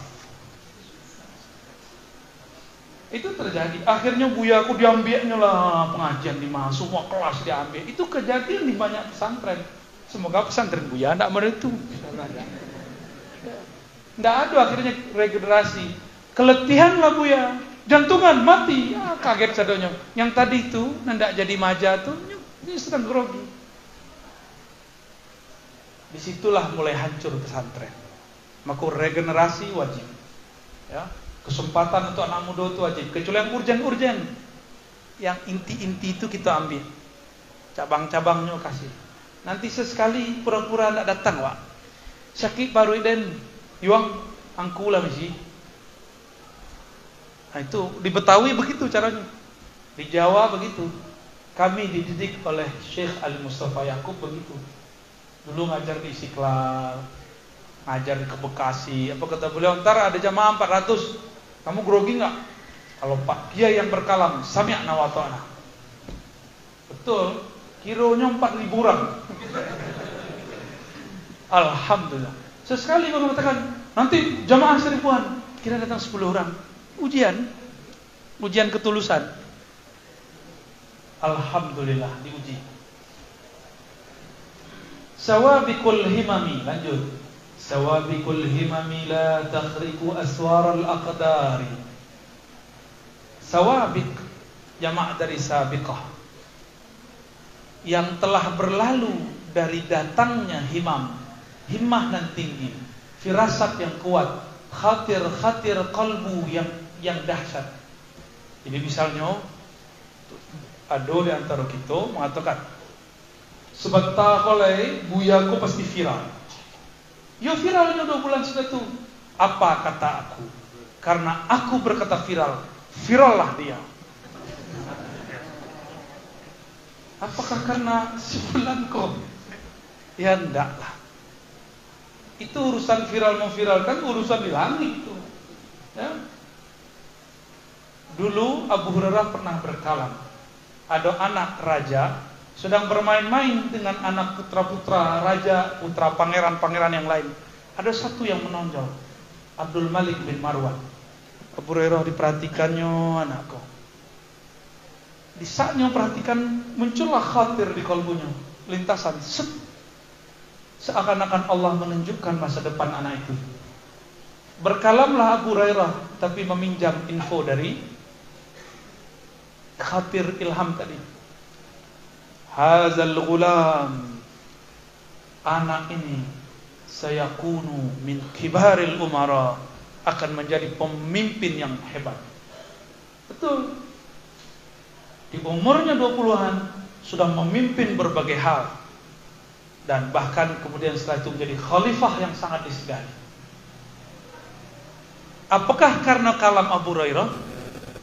Itu terjadi. Akhirnya Buya aku diambilnya lah pengajian di mana, semua kelas diambil. Itu kejadian di banyak pesantren. Semoga pesantren Buya tidak meretu. Tidak ada akhirnya regenerasi. Keletihan lah Buya. Jantungan mati, ya, kaget sadonya. Yang tadi itu tidak jadi maja tuh, ini sedang grogi. Disitulah mulai hancur pesantren. Maka regenerasi wajib. Ya, kesempatan untuk anak muda itu wajib. Kecuali yang urgen-urgen, yang inti-inti itu kita ambil, cabang-cabangnya kasih. Nanti sesekali pura-pura tidak datang, Wak. Sakit baru iden, yuang angkulah misi. Nah itu di Betawi begitu caranya, di Jawa begitu. Kami dididik oleh Syekh Ali Mustafa Yaqub begitu. Dulu ngajar di Istiqlal, ngajar di Bekasi. Apa kata beliau? Ntar ada jamaah 400, kamu grogi nggak? Kalau Pak Kiai yang berkalam, sami'na wa ta'na. Betul, kironya 4.000 orang. Alhamdulillah. Sesekali mengatakan nanti jamaah 1.000-an, kira datang 10 orang. Ujian ketulusan. Alhamdulillah diuji. Sawabiqul himami, lanjut. Sawabiqul himami la takhriqu aswar al-aqdari. Sawabiq jamak dari sabiqah, yang telah berlalu dari datangnya himam, himmah dan tinggi, firasat yang kuat, khatir qalbu yang dahsyat. Jadi misalnya ada di antara kita mengatakan sebentar oleh buyaku pasti viral. Ya viralnya 2 bulan sudah tuh. Apa kata aku? Karena aku berkata viral, virallah dia. Apakah karena sebulan kok? Ya enggak lah. Itu urusan viral memviralkan, urusan di langit itu. Ya. Dulu Abu Hurairah pernah berkalam. Ada anak raja sedang bermain-main dengan anak putra-putra raja, putra pangeran-pangeran yang lain. Ada satu yang menonjol, Abdul Malik bin Marwan. Abu Hurairah diperhatikannya anakku. Di saatnya perhatikan, muncullah khatir di kalbunya, lintasan. Seakan-akan Allah menunjukkan masa depan anak itu. Berkalamlah Abu Hurairah, tapi meminjam info dari khatir ilham tadi. Hazal ghulam, anak ini sayakunu min kibaril umara, akan menjadi pemimpin yang hebat. Betul. Di umurnya 20-an sudah memimpin berbagai hal, dan bahkan kemudian setelah itu menjadi khalifah yang sangat disegani. Apakah karena kalam Abu Hurairah?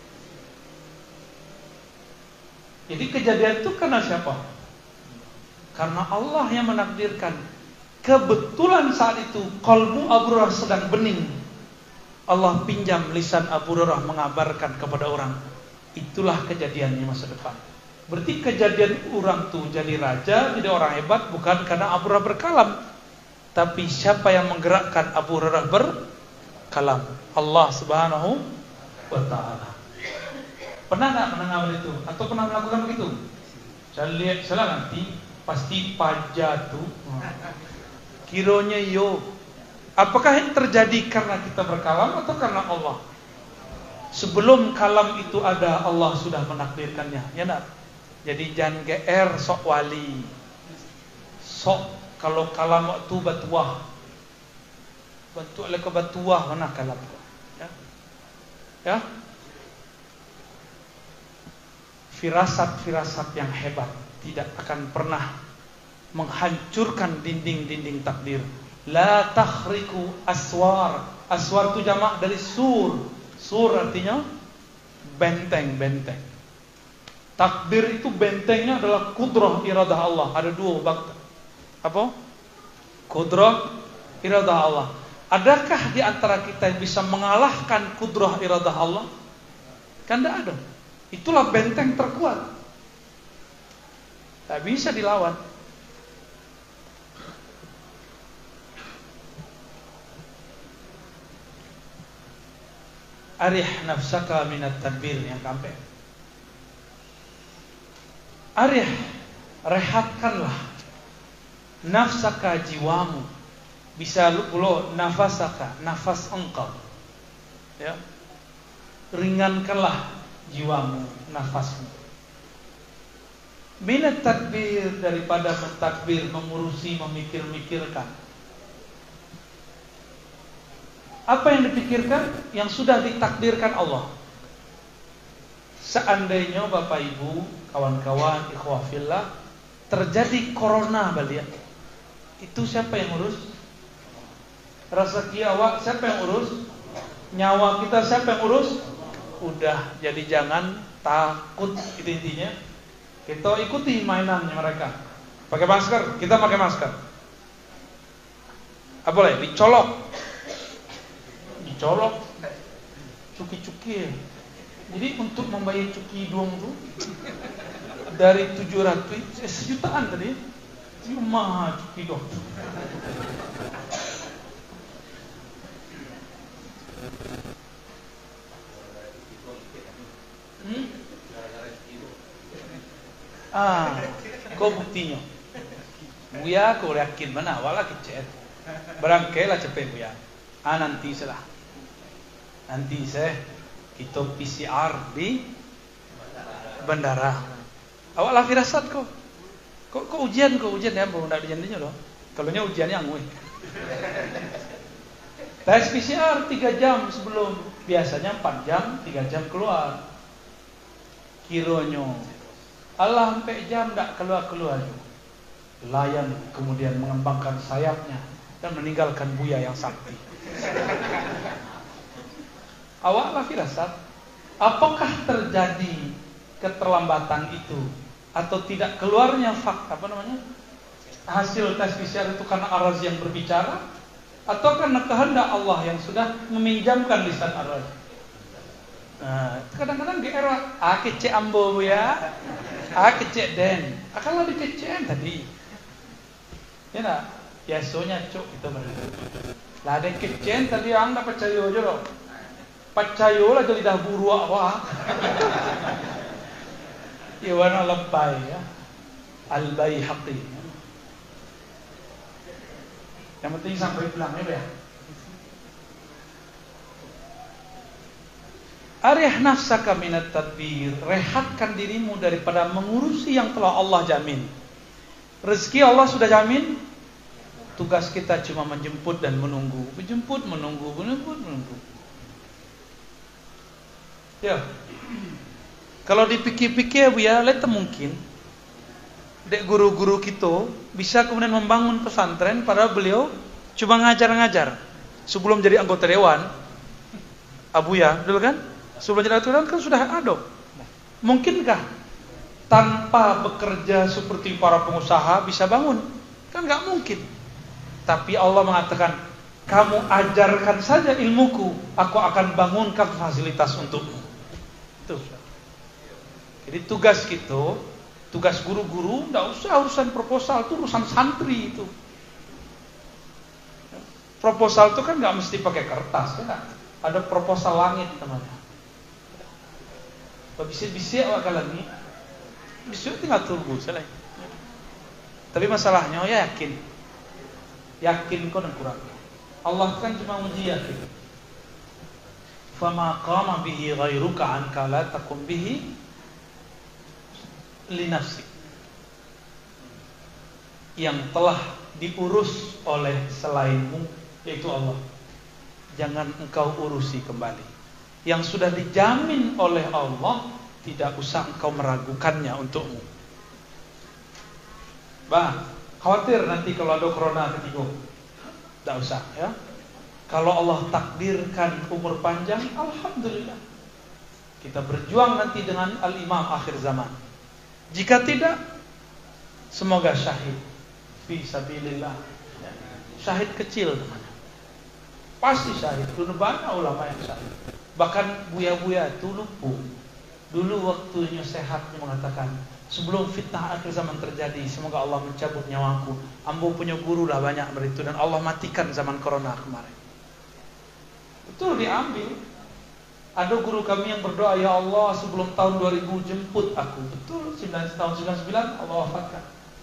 Jadi kejadian itu karena siapa? Karena Allah yang menakdirkan. Kebetulan saat itu qalbu Abu Hurairah sedang bening. Allah pinjam lisan Abu Hurairah mengabarkan kepada orang. Itulah kejadiannya masa depan. Berarti kejadian orang tuh jadi raja, jadi orang hebat bukan karena Abu Hurairah berkalam, tapi siapa yang menggerakkan Abu Hurairah berkalam? Allah Subhanahu wa taala. Pernah nggak mendengar itu? Atau pernah melakukan begitu? Saya lihat salah nanti pasti pajak tuh. Kironya yo. Apakah yang terjadi karena kita berkalam atau karena Allah? Sebelum kalam itu ada, Allah sudah menakdirkannya. Ya nak? Jadi jangan GR sok wali. Sok kalau kalam waktu batuah. Bentuk oleh kebatuah mana kalam? Ya. Ya. Firasat-firasat yang hebat tidak akan pernah menghancurkan dinding-dinding takdir. La takhriku aswar. Aswar itu jamak dari sur. Sur artinya benteng-benteng. Takdir itu bentengnya adalah kudrah iradah Allah. Ada dua bab. Apa? Kudrah iradah Allah. Adakah di antara kita yang bisa mengalahkan kudrah iradah Allah? Kan tidak ada. Itulah benteng terkuat. Tak bisa dilawan. Arih nafsaka minat tadbir yang kampe. Arih, rehatkanlah nafsaka jiwamu. Bisa pula nafasaka, nafas engkau. Ya. Ringankanlah jiwamu, nafasmu. Minat tadbir, daripada mentadbir, mengurusi, memikir-mikirkan. Apa yang dipikirkan? Yang sudah ditakdirkan Allah. Seandainya Bapak Ibu, kawan-kawan, ikhwah fillah, terjadi corona balik, itu siapa yang urus? Rezeki awak siapa yang urus? Nyawa kita siapa yang urus? Udah, jadi jangan takut, itu intinya. Kita ikuti mainannya mereka. Pakai masker, kita pakai masker. Apa boleh? Dicolok, cuki-cuki. Jadi untuk membayar cuki doang tuh dari 700 sejutaan tadi, cuma cuki doang. Kau buktinya? Buya kau yakin mana? Wala kecet. Berangkailah cepet buya. Nanti salah. Nanti kita PCR di bandara. Awak lah firasat kau. Kau ujian ya, belum ada ujiannya loh. Kalau nya ujiannya angui. Tes PCR 3 jam sebelum, biasanya 4 jam, 3 jam keluar. Kironyo Allah sampai jam tak keluar. Layan kemudian mengembangkan sayapnya dan meninggalkan buya yang sakti. Awaklah firasat, apakah terjadi keterlambatan itu atau tidak keluarnya hasil tes PCR itu karena araz yang berbicara atau karena kehendak Allah yang sudah meminjamkan lisan araz? Nah, kadang-kadang di era kecek ambo ya, kecek den, kalau dikecek tadi, ya nak, biasanya cuk itu benar. Lah ada kecek tadi anda percaya aja loh, percaya lah jadi dah buru apa? Iwana lebay ya, al-Baihaqi. Yang penting sampai pulang ya. Arih nafsaka minat tadbir, rehatkan dirimu daripada mengurusi yang telah Allah jamin. Rezeki Allah sudah jamin, tugas kita cuma menjemput dan menunggu. Menjemput, menunggu, menjemput, menunggu. Ya. Kalau dipikir-pikir ya, lihat mungkin dek guru-guru kita bisa kemudian membangun pesantren padahal beliau cuma ngajar-ngajar. Sebelum jadi anggota dewan, Abuya, dulu kan? Sebelum jadi anggota dewan kan sudah ada. Mungkinkah tanpa bekerja seperti para pengusaha bisa bangun? Kan nggak mungkin. Tapi Allah mengatakan, kamu ajarkan saja ilmuku, aku akan bangunkan fasilitas untukmu. Tuh. Jadi tugas kita, tugas guru-guru, tidak usah urusan proposal, itu urusan santri itu. Proposal itu kan nggak mesti pakai kertas, ya. Ada proposal langit namanya. Bisik-bisik awak lagi, bisik tinggal tunggu, selesai. Tapi masalahnya, ya yakin kau dan kurang. Allah kan cuma uji yakin. Fama qama bihi ghairuka anka la takum bihi li nafsik. Yang telah diurus oleh selainmu, yaitu Allah, jangan engkau urusi kembali. Yang sudah dijamin oleh Allah, tidak usah engkau meragukannya untukmu. Khawatir nanti kalau ada corona ketiga, tidak usah ya. Kalau Allah takdirkan umur panjang, alhamdulillah. Kita berjuang nanti dengan al-imam akhir zaman. Jika tidak, semoga syahid fi sabilillah. Syahid kecil namanya. Pasti syahid. Dulu banyak ulama yang syahid. Bahkan buya-buya itu lumpuh. Dulu waktunya sehatnya mengatakan, sebelum fitnah akhir zaman terjadi, semoga Allah mencabut nyawaku. Ambo punya guru lah banyak beritu, dan Allah matikan zaman corona kemarin. Betul diambil. Ada guru kami yang berdoa, ya Allah sebelum tahun 2000 jemput aku. Betul, tahun 99 Allah wafatkan.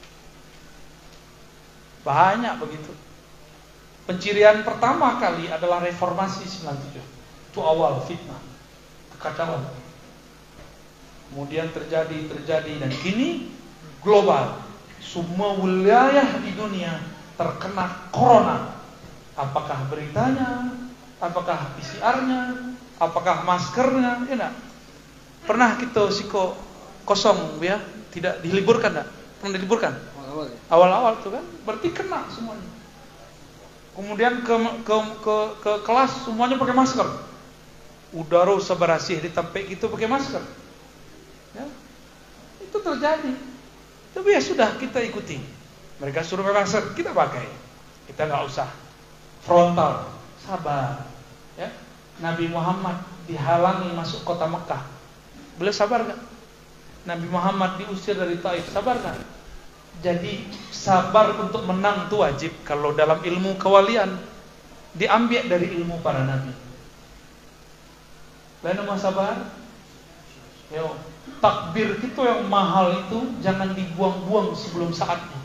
Banyak begitu. Pencirian pertama kali adalah reformasi 97. Itu awal fitnah, kekacauan. Kemudian terjadi dan kini global. Semua wilayah di dunia terkena corona. Apakah beritanya, apakah PCR-nya, apakah maskernya, ya enggak? Pernah kita siko kosong ya, tidak diliburkan enggak? Pernah diliburkan? Awal-awal tuh kan, berarti kena semuanya. Kemudian ke kelas semuanya pakai masker. Udara seberasih ditampe gitu pakai masker. Ya, itu terjadi. Tapi ya sudah, kita ikuti. Mereka suruh pakai masker, kita pakai. Kita nggak usah frontal, sabar. Ya, Nabi Muhammad dihalangi masuk kota Mekah. Beliau sabar nggak? Nabi Muhammad diusir dari Taif, sabar nggak? Jadi sabar untuk menang itu wajib. Kalau dalam ilmu kewalian diambil dari ilmu para nabi. Lain mau sabar? Yo, takbir itu yang mahal itu jangan dibuang-buang sebelum saatnya.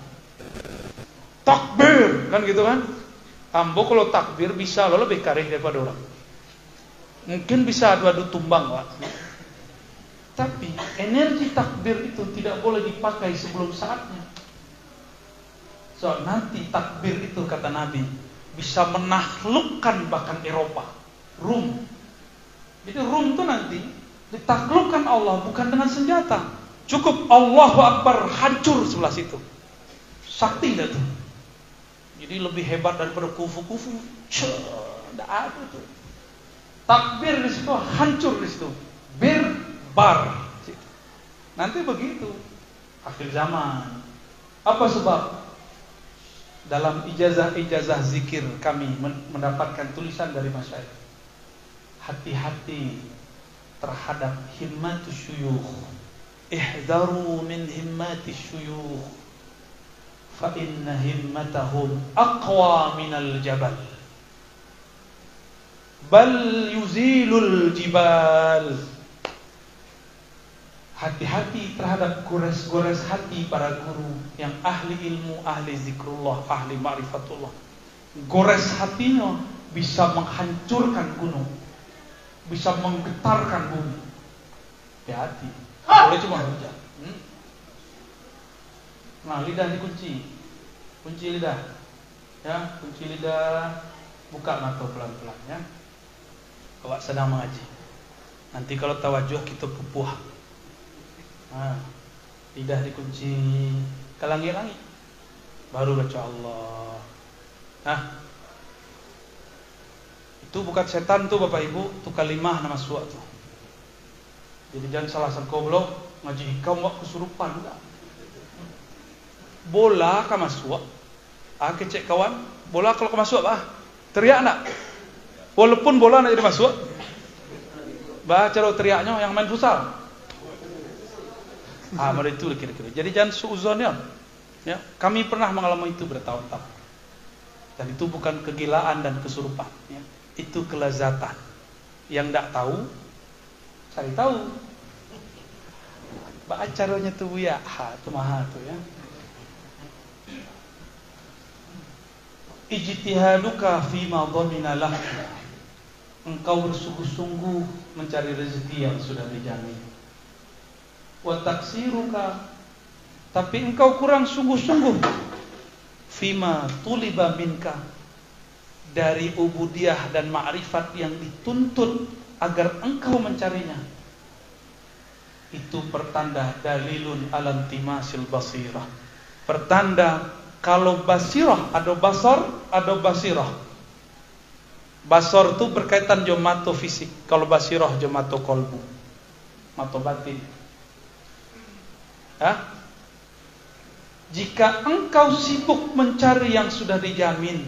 Takbir kan gitu kan? Ambo kalau takbir bisa lo lebih karih daripada orang. Mungkin bisa adu-adu tumbang, Pak. Tapi energi takbir itu tidak boleh dipakai sebelum saatnya. So, nanti takbir itu kata Nabi bisa menaklukkan bahkan Eropa, Rum. Jadi Rum itu nanti ditaklukkan Allah bukan dengan senjata. Cukup Allahu Akbar, hancur sebelah situ. Sakti dah tuh. Jadi lebih hebat daripada kufu-kufu. Tidak ada tuh. Takbir di situ, hancur di situ. Bar. Nanti begitu. Akhir zaman. Apa sebab? Dalam ijazah zikir kami mendapatkan tulisan dari masyayikh. Hati-hati terhadap himmatus syuyukh. Ihdaru min himmatis syuyukh. Fa inna himmatahum aqwa minal jabal. Bal yuzilul jibal. Hati-hati terhadap gores-gores hati para guru yang ahli ilmu, ahli zikrullah, ahli ma'rifatullah. Gores hatinya bisa menghancurkan gunung, bisa menggetarkan bumi. Hati-hati. Boleh cuma hujan. Nah, lidah dikunci. Kunci lidah. Ya, kunci lidah, buka mata pelan-pelan ya. Awak sedang mengaji. Nanti kalau tawajuh kita pupuh. Lidah dikunci ke langit-langit. Baru baca Allah. Itu bukan setan tuh Bapak Ibu, itu kalimah nama suat tuh. Jadi jangan salah sangka belum ngaji kau mau kesurupan enggak. Bola ka masuk. Kecek kawan, bola kalau ke masuk teriak enggak? Walaupun bola nak jadi masuk. Cara teriaknya yang main futsal. Mereka itu kira-kira. Jadi jangan suuzon ya. Kami pernah mengalami itu bertahun-tahun. Dan itu bukan kegilaan dan kesurupan ya. Itu kelezatan. Yang enggak tahu cari tahu. Acaranya tuh ya, itu mahal tuh ya. Ijtihaduka fima dhamina lah. Engkau bersungguh-sungguh mencari rezeki yang sudah dijamin. Wa taksiruka, tapi engkau kurang sungguh-sungguh fima tuliba minka, dari ubudiyah dan ma'rifat yang dituntut agar engkau mencarinya. Itu pertanda dalilun alam timasil basirah. Pertanda kalau basirah ada basar, ada basirah. Basar itu berkaitan jo mata fisik. Kalau basirah jo mata kolbu, mata batin. Jika engkau sibuk mencari yang sudah dijamin,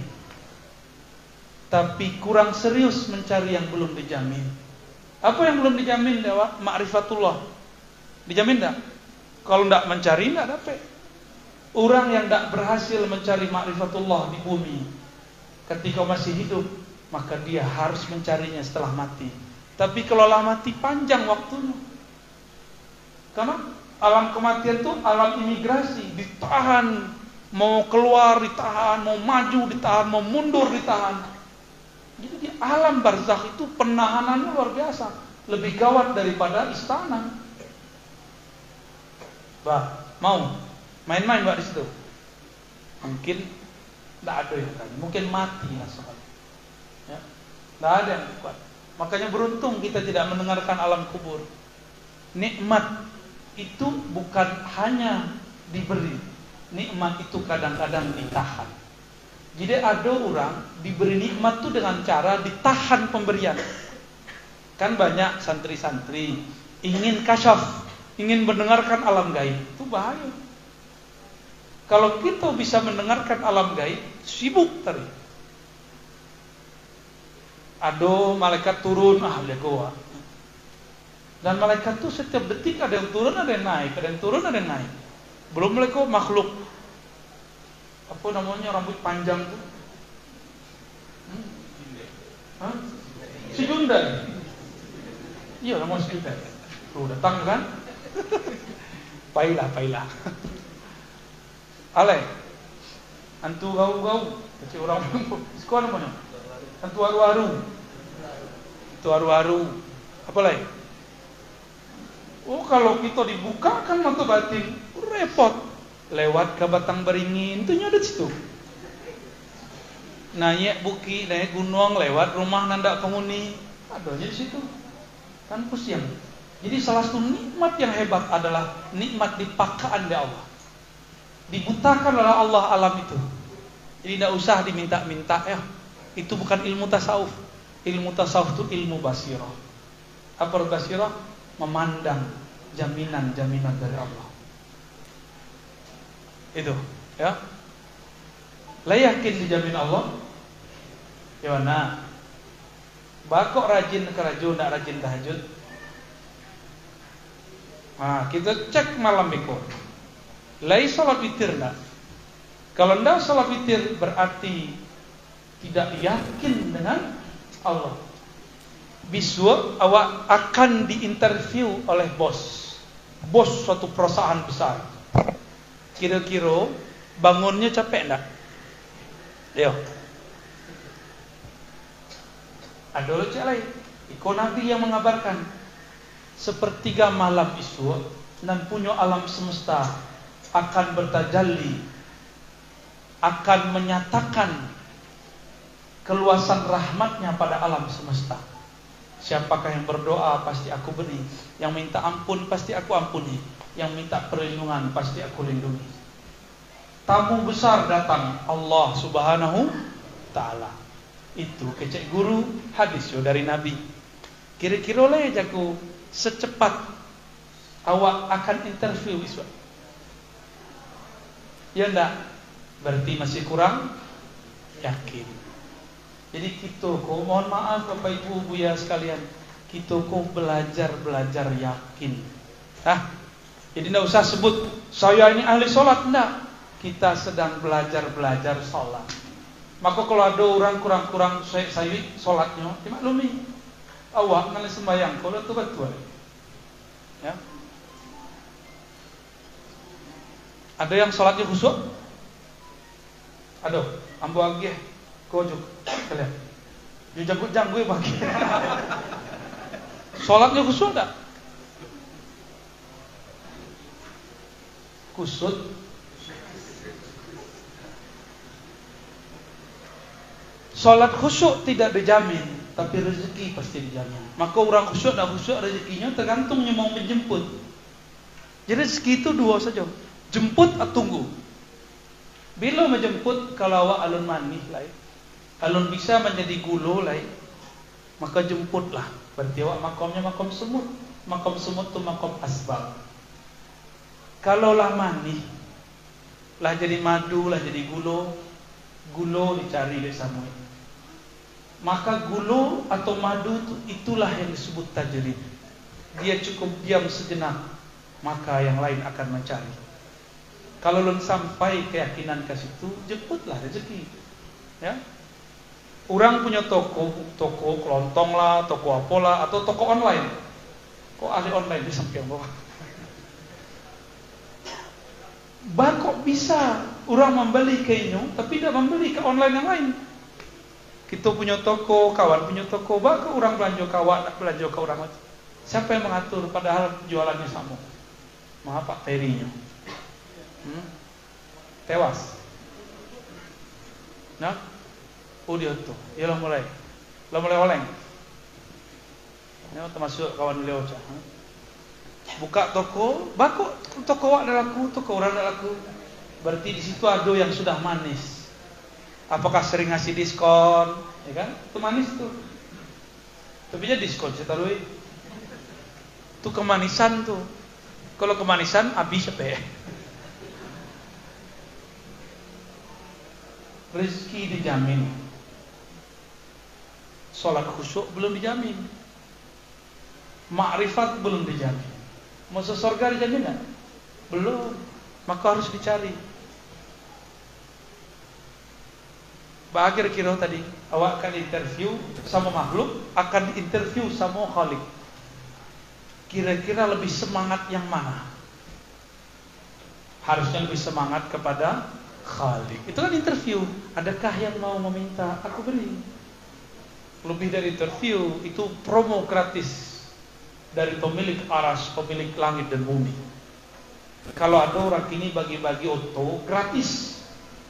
tapi kurang serius mencari yang belum dijamin. Apa yang belum dijamin, Dewa? Ma'rifatullah. Dijamin tak? Kalau tidak mencari, tidak dapat. Orang yang tidak berhasil mencari ma'rifatullah di bumi ketika masih hidup, maka dia harus mencarinya setelah mati. Tapi kalau lah mati panjang waktunya. Karena alam kematian itu alam imigrasi, ditahan, mau keluar ditahan, mau maju ditahan, mau mundur ditahan. Jadi di alam barzakh itu penahanannya luar biasa, lebih gawat daripada istana. Mau main-main di situ? Mungkin tidak ada yang tadi, mungkin mati langsung. Ya, tidak ada yang kuat. Makanya beruntung kita tidak mendengarkan alam kubur. Nikmat itu bukan hanya diberi, nikmat itu kadang-kadang ditahan. Jadi ada orang diberi nikmat itu dengan cara ditahan pemberian. Kan banyak santri-santri ingin kasyaf, ingin mendengarkan alam gaib, itu bahaya. Kalau kita bisa mendengarkan alam gaib, sibuk tadi. Ada malaikat turun, jago. Dan malaikat itu setiap detik ada yang turun, ada yang naik, ada yang turun, ada yang naik. Belum malaikat makhluk apa namanya rambut panjang tuh? Si Junda. Iya, nama si Junda. Tuh datang kan? Pailah. Ale, antu gau-gau, kecil orang sekolah namanya. Antu aru-aru. Itu aru-aru. Apa lagi? Oh, kalau kita dibukakan mata batin, repot. Lewat ke Batang Beringin, itu ada di situ. Naik buki, naik gunung, lewat rumah nandak penghuni, adanya di situ. Kan pusing. Jadi salah satu nikmat yang hebat adalah nikmat dipakaan oleh Allah. Dibutakan oleh Allah alam itu. Jadi tidak usah diminta-minta ya. Itu bukan ilmu tasawuf. Ilmu tasawuf itu ilmu basirah. Apa basirah? Memandang jaminan-jaminan dari Allah. Itu ya. Lah yakin dijamin Allah. Ya mana? Bakok rajin kerajun, tidak rajin tahajud. Kita cek malam minggu. Lai salat witir enggak? Kalau enggak salat witir berarti tidak yakin dengan Allah. Besok awak akan diinterview oleh bos suatu perusahaan besar. Kira-kira bangunnya capek enggak? Yo. Ada cek lain. Iko Nabi yang mengabarkan sepertiga malam isu dan punya alam semesta akan bertajalli akan menyatakan keluasan rahmatnya pada alam semesta. Siapakah yang berdoa pasti aku beri, yang minta ampun pasti aku ampuni, yang minta perlindungan pasti aku lindungi. Tamu besar datang, Allah Subhanahu Ta'ala. Itu kecek guru hadis yo dari Nabi. Kira-kira lah jago secepat awak akan interview iswa. Ya enggak? Berarti masih kurang yakin. Jadi kita kok, mohon maaf Bapak Ibu Buya sekalian, kita kok belajar yakin. Jadi enggak usah sebut saya ini ahli sholat, enggak. Kita sedang belajar sholat. Maka kalau ada orang kurang saya sholatnya, dimaklumi. Awak ngalih sembahyang, kalau itu betul. Ya. Ada yang sholatnya khusyuk? Aduh, ambo agih, kojuk, kalian. Jujang gue bagi. Sholatnya khusyuk tak? Kusut. Sholat khusyuk tidak dijamin, tapi rezeki pasti dijamin. Maka orang khusyuk dan khusyuk rezekinya tergantungnya mau menjemput. Jadi rezeki itu dua saja, jemput atau tunggu. Bila menjemput, kalau awak alun manis lah, alun bisa menjadi gulo lah, maka jemputlah. Berarti awak makomnya makom semut. Makom semut itu makom asbab. Kalau lah manis, lah jadi madu, lah jadi gulo, gulo dicari di samui. Maka gulo atau madu itulah yang disebut tajrid. Dia cukup diam sejenak, maka yang lain akan mencari. Kalau belum sampai keyakinan ke situ, jemputlah rezeki. Ya. Orang punya toko kelontong lah, toko apalah, atau toko online. Kok ahli online di samping bawah? Kok bisa orang membeli ke ini, tapi tidak membeli ke online yang lain? Kita punya toko, kawan punya toko, kok orang belanja kawan, belanja ke orang lain? Siapa yang mengatur? Padahal jualannya sama. Maaf Pak Terinya. Tewas. Nah, dia tuh, ya lo mulai oleng. Ya termasuk kawan beliau cah. Buka toko, bako toko wak dalaku, toko orang dalaku. Berarti di situ ada yang sudah manis. Apakah sering ngasih diskon, ya kan? Itu manis tuh. Tapi aja diskon saya taruh. Itu kemanisan tuh. Kalau kemanisan habis apa ya? Rezeki dijamin. Sholat khusyuk belum dijamin. Ma'rifat belum dijamin. Masuk surga dijamin tak? Belum. Maka harus dicari. Bagaimana kira tadi, awak akan interview sama makhluk, akan interview sama Khalik. Kira-kira lebih semangat yang mana? Harusnya lebih semangat kepada Khalik. Itu kan interview. Adakah yang mau meminta? Aku beri. Lebih dari interview, itu promo gratis dari pemilik aras, pemilik langit dan bumi. Kalau ada orang ini bagi-bagi oto gratis.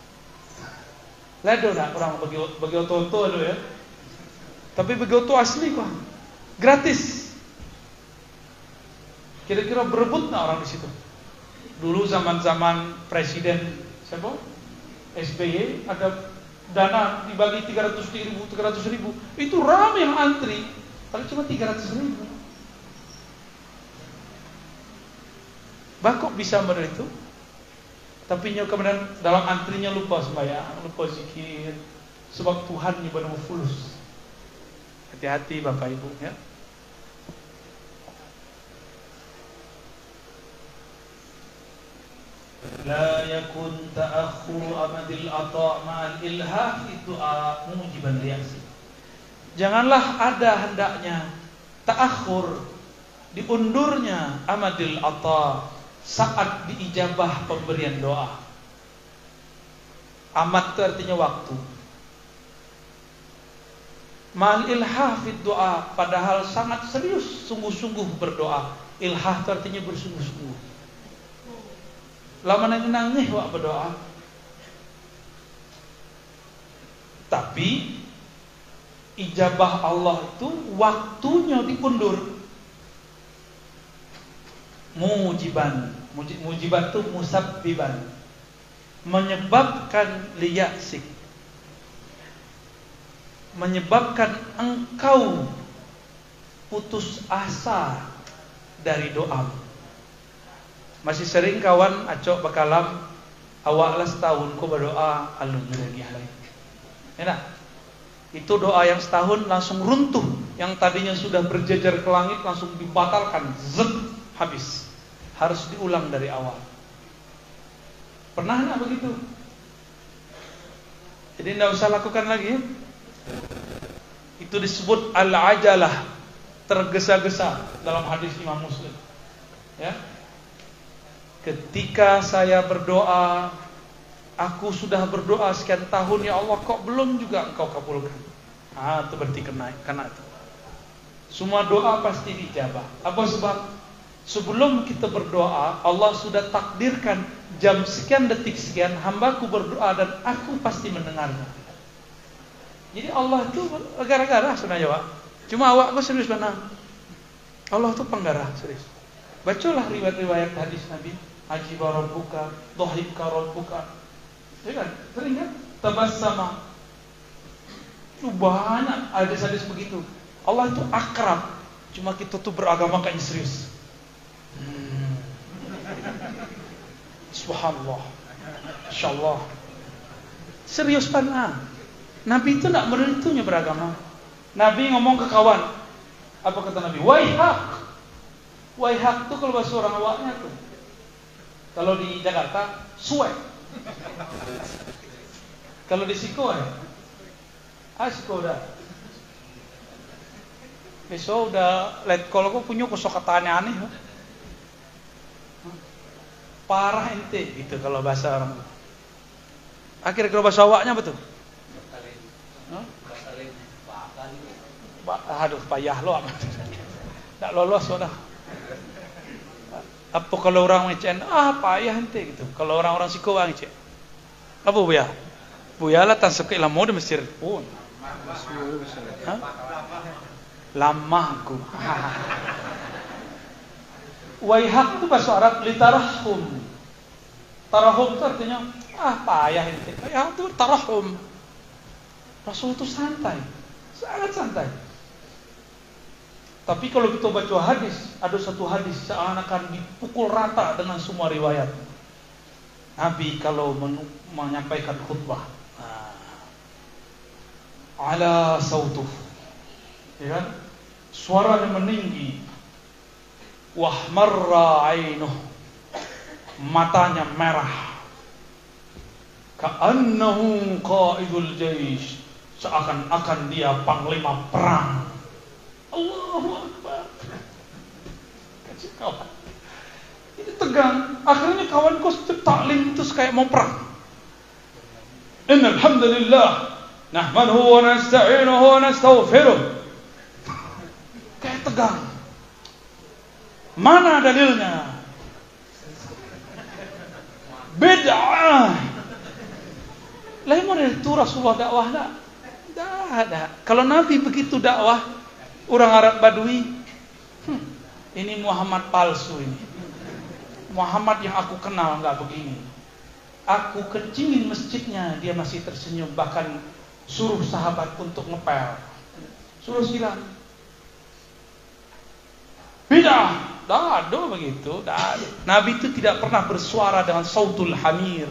Ledo nak orang bagi oto ada ya. Tapi bagi oto asli kok gratis. Kira-kira berebut nak orang di situ. Dulu zaman-zaman presiden siapa? SBY ada dana dibagi 300.000. Itu ramai yang antri. Tapi cuma 300.000. Kok bisa benar itu? Tapi kemudian dalam antrinya lupa sembahyang, lupa zikir. Sebab Tuhan benar fulus. Hati-hati Bapak Ibu ya. La yakun ta'akhuru amadil ata' ma'al ilhah du'a mujiban liyaksi. Janganlah ada hendaknya ta'akhur, diundurnya amadil ata' saat diijabah pemberian doa. Amad itu artinya waktu. Ma'al ilhah fid du'a, padahal sangat serius, sungguh-sungguh berdoa. Ilhah itu artinya bersungguh-sungguh. Lama nangis wak berdoa. Tapi ijabah Allah itu waktunya diundur. Mujiban itu musabbiban, menyebabkan liyasik, menyebabkan engkau putus asa dari doa. Masih sering kawan acok bakalam awak lah setahun ko berdoa alun lagi halai. Enak. Itu doa yang setahun langsung runtuh, yang tadinya sudah berjejer ke langit langsung dibatalkan, zet, habis. Harus diulang dari awal. Pernah enggak begitu? Jadi enggak usah lakukan lagi ya. Itu disebut al-ajalah, tergesa-gesa dalam hadis Imam Muslim. Ya. Ketika saya berdoa, aku sudah berdoa sekian tahun, ya Allah, kok belum juga engkau kabulkan. Itu berarti kena itu. Semua doa pasti dijabah. Apa sebab? Sebelum kita berdoa, Allah sudah takdirkan jam sekian detik sekian hambaku berdoa dan aku pasti mendengarnya. Jadi Allah itu gara-gara sebenarnya, Pak. Cuma awak kok serius mana? Allah itu penggarah, serius. Bacalah riwayat-riwayat hadis Nabi. Ajiba rabbuka, dhahika rabbuka. Ya kan? Sering kan? Tabassama. Itu banyak hadis-hadis begitu. Allah itu akrab. Cuma kita tuh beragama kayaknya serius. Subhanallah. Insyaallah. Serius kan? Nabi itu tidak menentunya beragama. Nabi ngomong ke kawan. Apa kata Nabi? Waihak. Waihak itu kalau bahasa orang awaknya tuh. Kalau di Jakarta, suwe. Kalau di Siko Siko udah. Besok udah let call aku punya kosakata aneh. Parah ente gitu kalau bahasa orang. Akhirnya kalau bahasa awaknya betul. Aduh payah lo amat. Tak lolos sudah. Apa kalau orang ngecen, payah ente gitu. Kalau orang-orang Siko ngecen. Apa buya? Buya lah tan sekali lama di Mesir pun. Lama aku. Waihak itu bahasa Arab litarahum. Tarahum itu artinya payah ente. Payah itu tarahum. Rasul itu santai. Sangat santai. Tapi kalau kita baca hadis, ada satu hadis seakan-akan dipukul rata dengan semua riwayat. Nabi kalau menyampaikan khutbah, ala sautuh, ya kan? Suaranya meninggi, wahmarra ainuh, matanya merah, ka'annahu qaidul jaish, seakan-akan dia panglima perang. Allahu Akbar. Kasih kawan. Ini tegang. Akhirnya kawanku taklim itu kayak mau perang. Innal hamdalillah nahmaduhu wa nasta'inuhu wa nastaghfiruh. Kayak tegang. Mana dalilnya? Bid'ah. Lain model itu Rasulullah dakwah tak? Tak ada. Kalau Nabi begitu dakwah, orang Arab Badui, ini Muhammad palsu ini. Muhammad yang aku kenal enggak begini. Aku kencingin masjidnya, dia masih tersenyum. Bahkan suruh sahabat untuk ngepel. Suruh silam. Bid'ah. Tak ada begitu. Tak ada. Nabi itu tidak pernah bersuara dengan sautul hamir.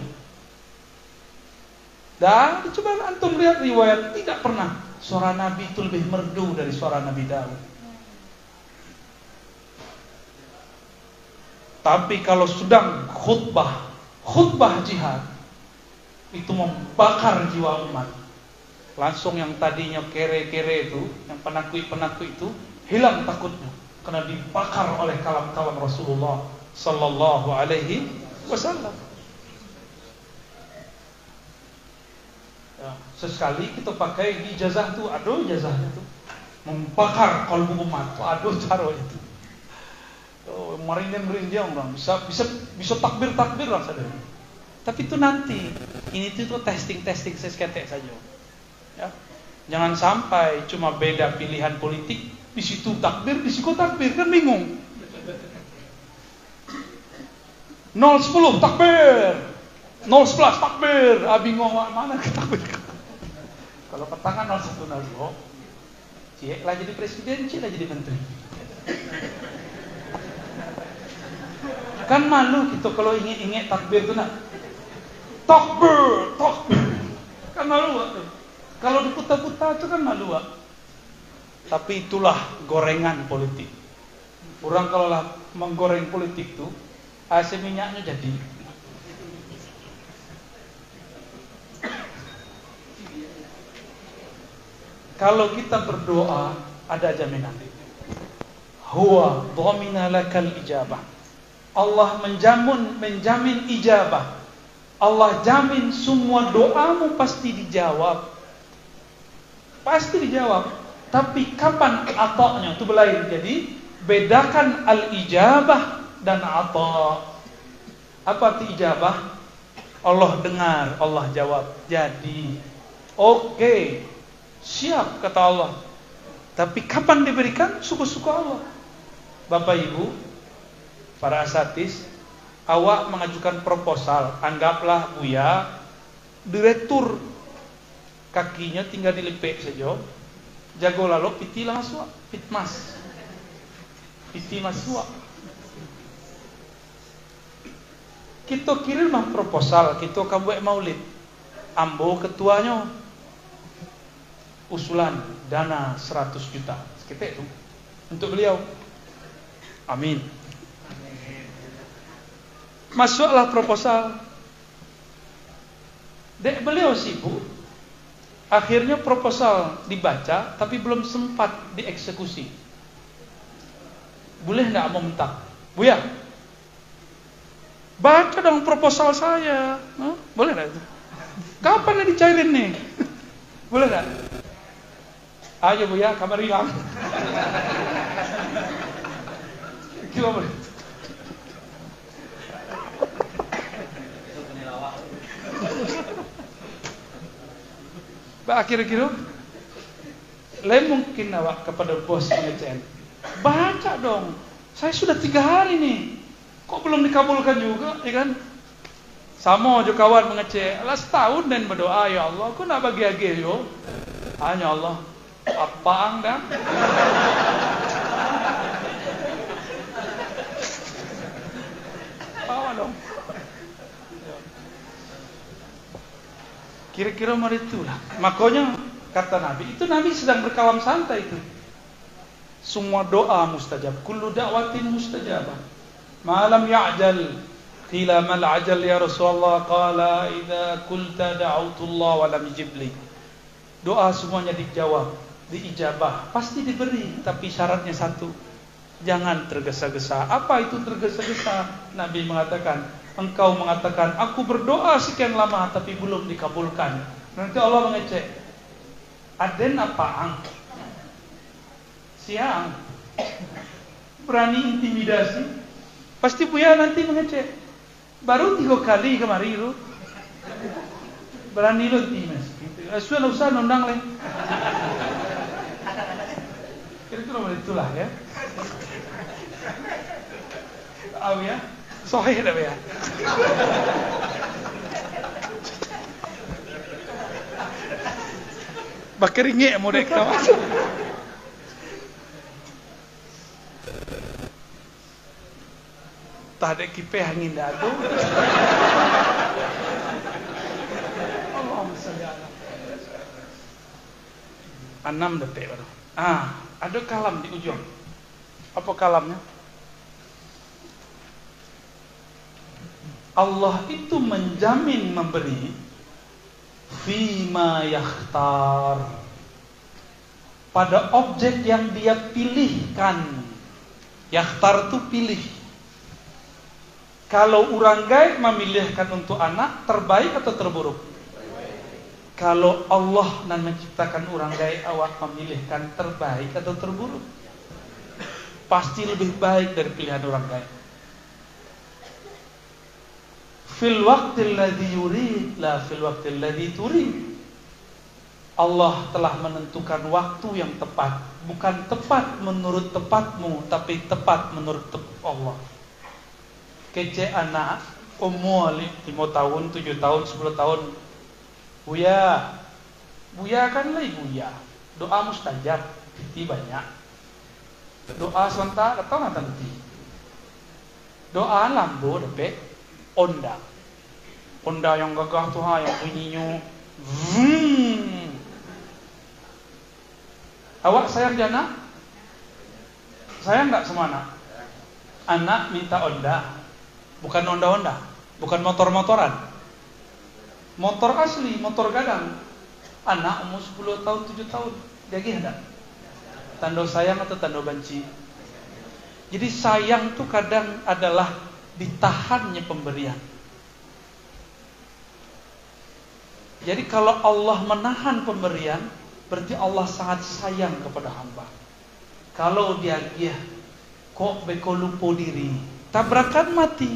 Dan coba antum lihat riwayat, tidak pernah. Suara Nabi itu lebih merdu dari suara Nabi Daud. Tapi kalau sedang khutbah jihad, itu membakar jiwa umat. Langsung yang tadinya kere-kere itu, yang penakut-penakut itu, hilang takutnya. Karena dibakar oleh kalam-kalam Rasulullah Sallallahu Alaihi Wasallam. Ya, sesekali kita pakai ijazah tuh, aduh ijazahnya tuh membakar kalbu umat, aduh taruh itu. Oh, merinding orang bisa takbir lah saudara. Tapi itu nanti, ini tuh testing seketek saja. Ya. Jangan sampai cuma beda pilihan politik, di situ takbir, di situ takbir, kan bingung. 010 takbir, 011 takbir, bingung mana ke takbir. Kalau petang 0102, Cik lah jadi presiden, Cik lah jadi menteri. Kan malu gitu kalau ingin takbir tu nak. Takbir, takbir. Kan malu tuh. Kalau diputar-putar itu kan malu. Tapi itulah gorengan politik. Orang kalau lah menggoreng politik tuh, hasil minyaknya jadi. Kalau kita berdoa ada jaminan. Huwa dhamina lakal ijabah. Allah menjamin ijabah. Allah jamin semua doamu pasti dijawab. Pasti dijawab. Tapi kapan ata'nya itu belain. Jadi bedakan al-ijabah dan ata'. Apa itu ijabah? Allah dengar, Allah jawab. Jadi oke, siap kata Allah. Tapi kapan diberikan? Suka-suka Allah. Bapak Ibu, para asatis, awak mengajukan proposal. Anggaplah Buya direktur, kakinya tinggal dilepek saja. Jago lalu piti langsung, pitmas, piti masuk. Kita kirim proposal, kita buat maulid. Ambo ketuanya usulan dana 100 juta. Sekitar itu untuk beliau. Amin. Masuklah proposal. Dek beliau sibuk. Akhirnya proposal dibaca tapi belum sempat dieksekusi. Boleh enggak mau minta? Buya, baca dong proposal saya. Boleh enggak itu? Kapan dicairin nih? Boleh enggak? Ayo Buya, kamar hilang. Gimana boleh? Kira-kira lain mungkin awak kepada bos pengecer. Baca dong. Saya sudah 3 hari nih. Kok belum dikabulkan juga, ya kan? Sama aja kawan mengecek. Alah setahun dan berdoa, ya Allah, aku nak bagi agil yo. Hanya Allah, apa anda? Apa dong? Kira-kira mari itulah. Makanya kata Nabi, itu Nabi sedang berkawan santai itu. Semua doa mustajab. Kullu da'watin mustajabah. Malam ya'jal. Qila mal ajal ya Rasulullah. Qala idza qulta da'autullah wa lam yujibli. Doa semuanya dijawab, diijabah, pasti diberi, tapi syaratnya satu. Jangan tergesa-gesa. Apa itu tergesa-gesa? Nabi mengatakan, engkau mengatakan, aku berdoa sekian lama tapi belum dikabulkan. Nanti Allah mengecek, aden apaan? Siang. Berani intimidasi. Pasti Buya nanti mengecek. Baru 3 kali kemari lu. Berani lu intimidasi. Sudah usah nundang leh. Kira-kira itulah ya. Tahu ya? Sahih dah ya. Bakeringe modek kawan. Tak ada kipe angin dah tu. Allahumma salli ala 6 detik baru. Ada kalam di ujung. Apa kalamnya? Allah itu menjamin memberi fima yakhtar, pada objek yang dia pilihkan. Yakhtar itu pilih. Kalau orang gaib memilihkan untuk anak, terbaik atau terburuk? Kalau Allah yang menciptakan orang gaib, awak memilihkan terbaik atau terburuk? Pasti lebih baik dari pilihan orang gaib. Fil waqtil ladzi yurid la fil waqtil ladzi turid. Allah telah menentukan waktu yang tepat. Bukan tepat menurut tepatmu, tapi tepat menurut Allah. Kece anak umur 5 tahun, 7 tahun, 10 tahun. Buya kan lagi buya. Doa mustajab, piti banyak. Doa sebentar, atau nggak nanti. Doa lambo dapet onda. Onda yang gagah tuh yang bunyinya. Awak sayang anak? Sayang nggak sama anak? Anak minta onda, bukan onda-onda, bukan motor-motoran. Motor asli, motor gadang. Anak umur 10 tahun, 7 tahun. Dia gila. Tanda sayang atau tanda benci? Jadi sayang itu kadang adalah ditahannya pemberian. Jadi kalau Allah menahan pemberian, berarti Allah sangat sayang kepada hamba. Kalau dia kok beko lupa diri, tabrakan mati.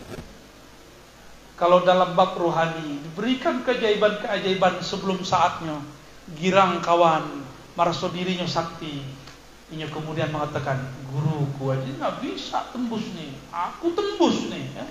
Kalau dalam bab rohani diberikan keajaiban-keajaiban sebelum saatnya, girang kawan, merasa dirinya sakti, ini kemudian mengatakan, guruku aja nggak bisa tembus nih, aku tembus nih. Ya.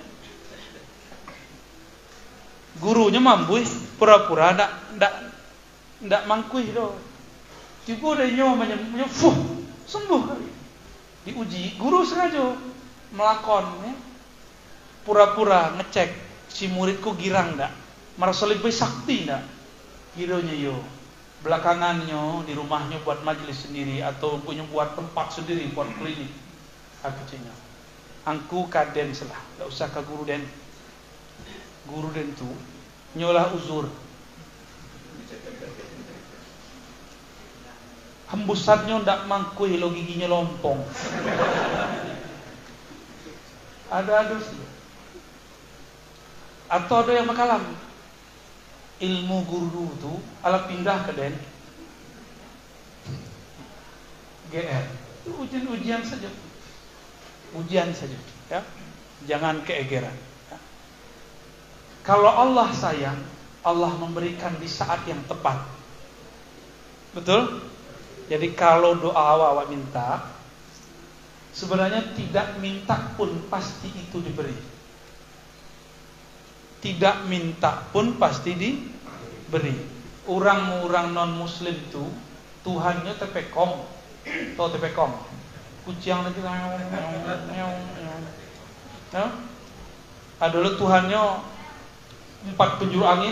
Gurunya mampu, pura-pura ndak mangkuih do. Tiba dia nyoba sembuh. Diuji, guru sengaja melakon, ya. Pura-pura ngecek si muridku girang ndak, merasa lebih sakti ndak. Gironya yo. Belakangannya di rumahnya buat majelis sendiri atau punya buat tempat sendiri buat klinik. Aku cina. Angku kaden selah, ndak usah ke guru den. Guru den tu nyolah uzur. Hembusannya ndak mangkui lo giginya lompong. Ada sih. Atau ada yang makalam. Ilmu guru tu ala pindah ke den GR. Itu ujian saja. Ujian saja, ya. Jangan keegeran. Ya. Kalau Allah sayang, Allah memberikan di saat yang tepat. Betul? Jadi kalau doa awak minta, sebenarnya tidak minta pun pasti itu diberi. Tidak minta pun pasti diberi. Orang-orang non-muslim itu Tuhannya tepekong. Tahu tepekong? Kucing lagi ya? Adalah Tuhannya 4 penjuru angin.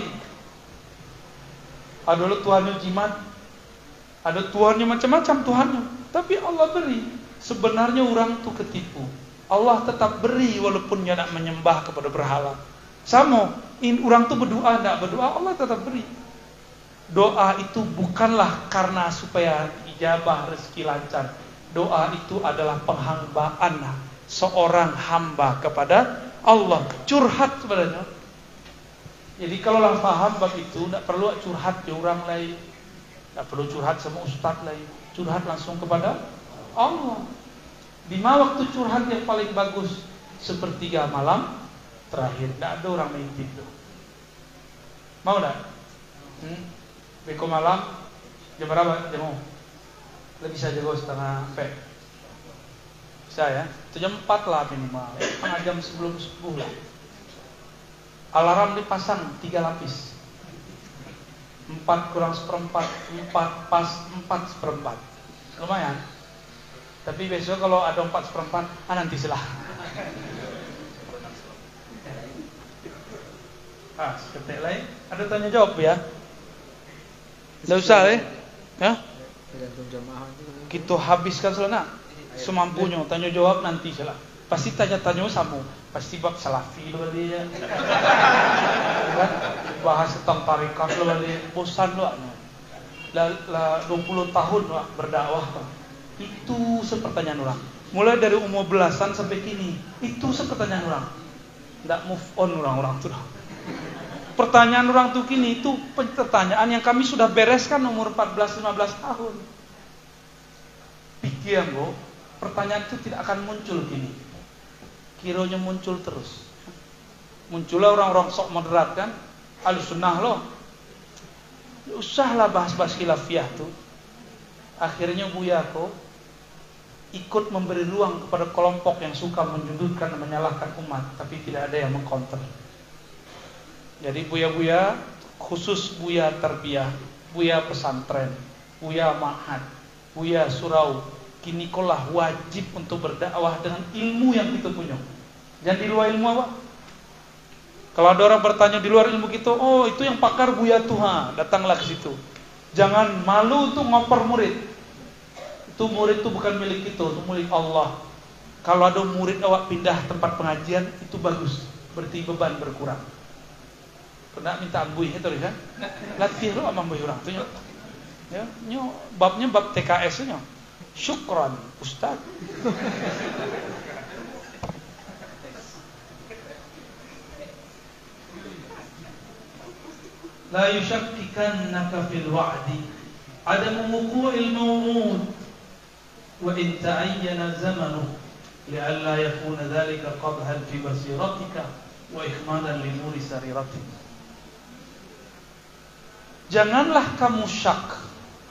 Adalah Tuhannya jimat. Ada Tuhannya macam-macam Tuhannya. Tapi Allah beri. Sebenarnya orang itu ketipu. Allah tetap beri walaupun dia nak menyembah kepada berhala. Sama, orang itu berdoa, tidak berdoa, Allah tetap beri. Doa itu bukanlah karena supaya ijabah rezeki lancar. Doa itu adalah penghambaan seorang hamba kepada Allah. Curhat sebenarnya. Jadi kalau lah faham bab itu, tidak perlu curhat ke orang lain. Tak perlu curhat sama ustaz lain. Curhat langsung kepada Allah. Di mana waktu curhat yang paling bagus? Sepertiga malam terakhir. Tak ada orang main gitu. Mau tak? Beko malam jam berapa? Jam lebih bisa jago setengah empat. Bisa ya? Itu jam 4 lah minimal. Setengah jam sebelum subuh lah. Alarm dipasang 3 lapis. 4 kurang seperempat, 4 pas 4 seperempat. Lumayan. Tapi besok kalau ada 4 seperempat, nanti silah. Seketik lain. Ada tanya jawab ya? Tidak usah ya? Tergantung jamaah itu. Kita habiskan selena. Semampunya. Tanya jawab nanti silah. Pasti tanya-tanya sambung. Pasti bab salafi lu dia. Kan? Bahas tentang tarikat lu dia. Bosan lu. Lah 20 tahun lu berdakwah. Itu sepertanyaan orang. Mulai dari umur belasan sampai kini. Itu sepertanyaan orang. Tidak move on orang-orang tu dah. Pertanyaan orang tu kini itu pertanyaan yang kami sudah bereskan umur 14-15 tahun. Pikir bro, pertanyaan itu tidak akan muncul kini. Kiranya muncul terus. Muncullah orang-orang sok moderat kan, Ahlussunnah loh. Usahlah bahas-bahas khilafiyah tuh. Akhirnya Buya ko ikut memberi ruang kepada kelompok yang suka menyudutkan dan menyalahkan umat, tapi tidak ada yang mengcounter. Jadi Buya-buya, khusus Buya tarbiyah, Buya pesantren, Buya ma'had, Buya surau, kini kolah wajib untuk berdakwah dengan ilmu yang kita punya. Jangan di luar ilmu apa? Kalau ada orang bertanya di luar ilmu kita, oh itu yang pakar Buya Tuhan, datanglah ke situ. Jangan malu untuk ngoper murid. Itu murid itu bukan milik kita, itu milik Allah. Kalau ada murid awak pindah tempat pengajian, itu bagus, berarti beban berkurang. Pernah minta ambui itu kan? Latih lo sama ambui orang tu nyo. Ya, nyo babnya bab TKS nyo. Syukran, Ustaz. La yushakkikannaka fil wa'di adamu wuqu'il maw'ud wa in ta'ayyana zamanu li'alla yakuna dhalika qadhan fi basiratika wa ikhmadan li nuri sariratika. Janganlah kamu syak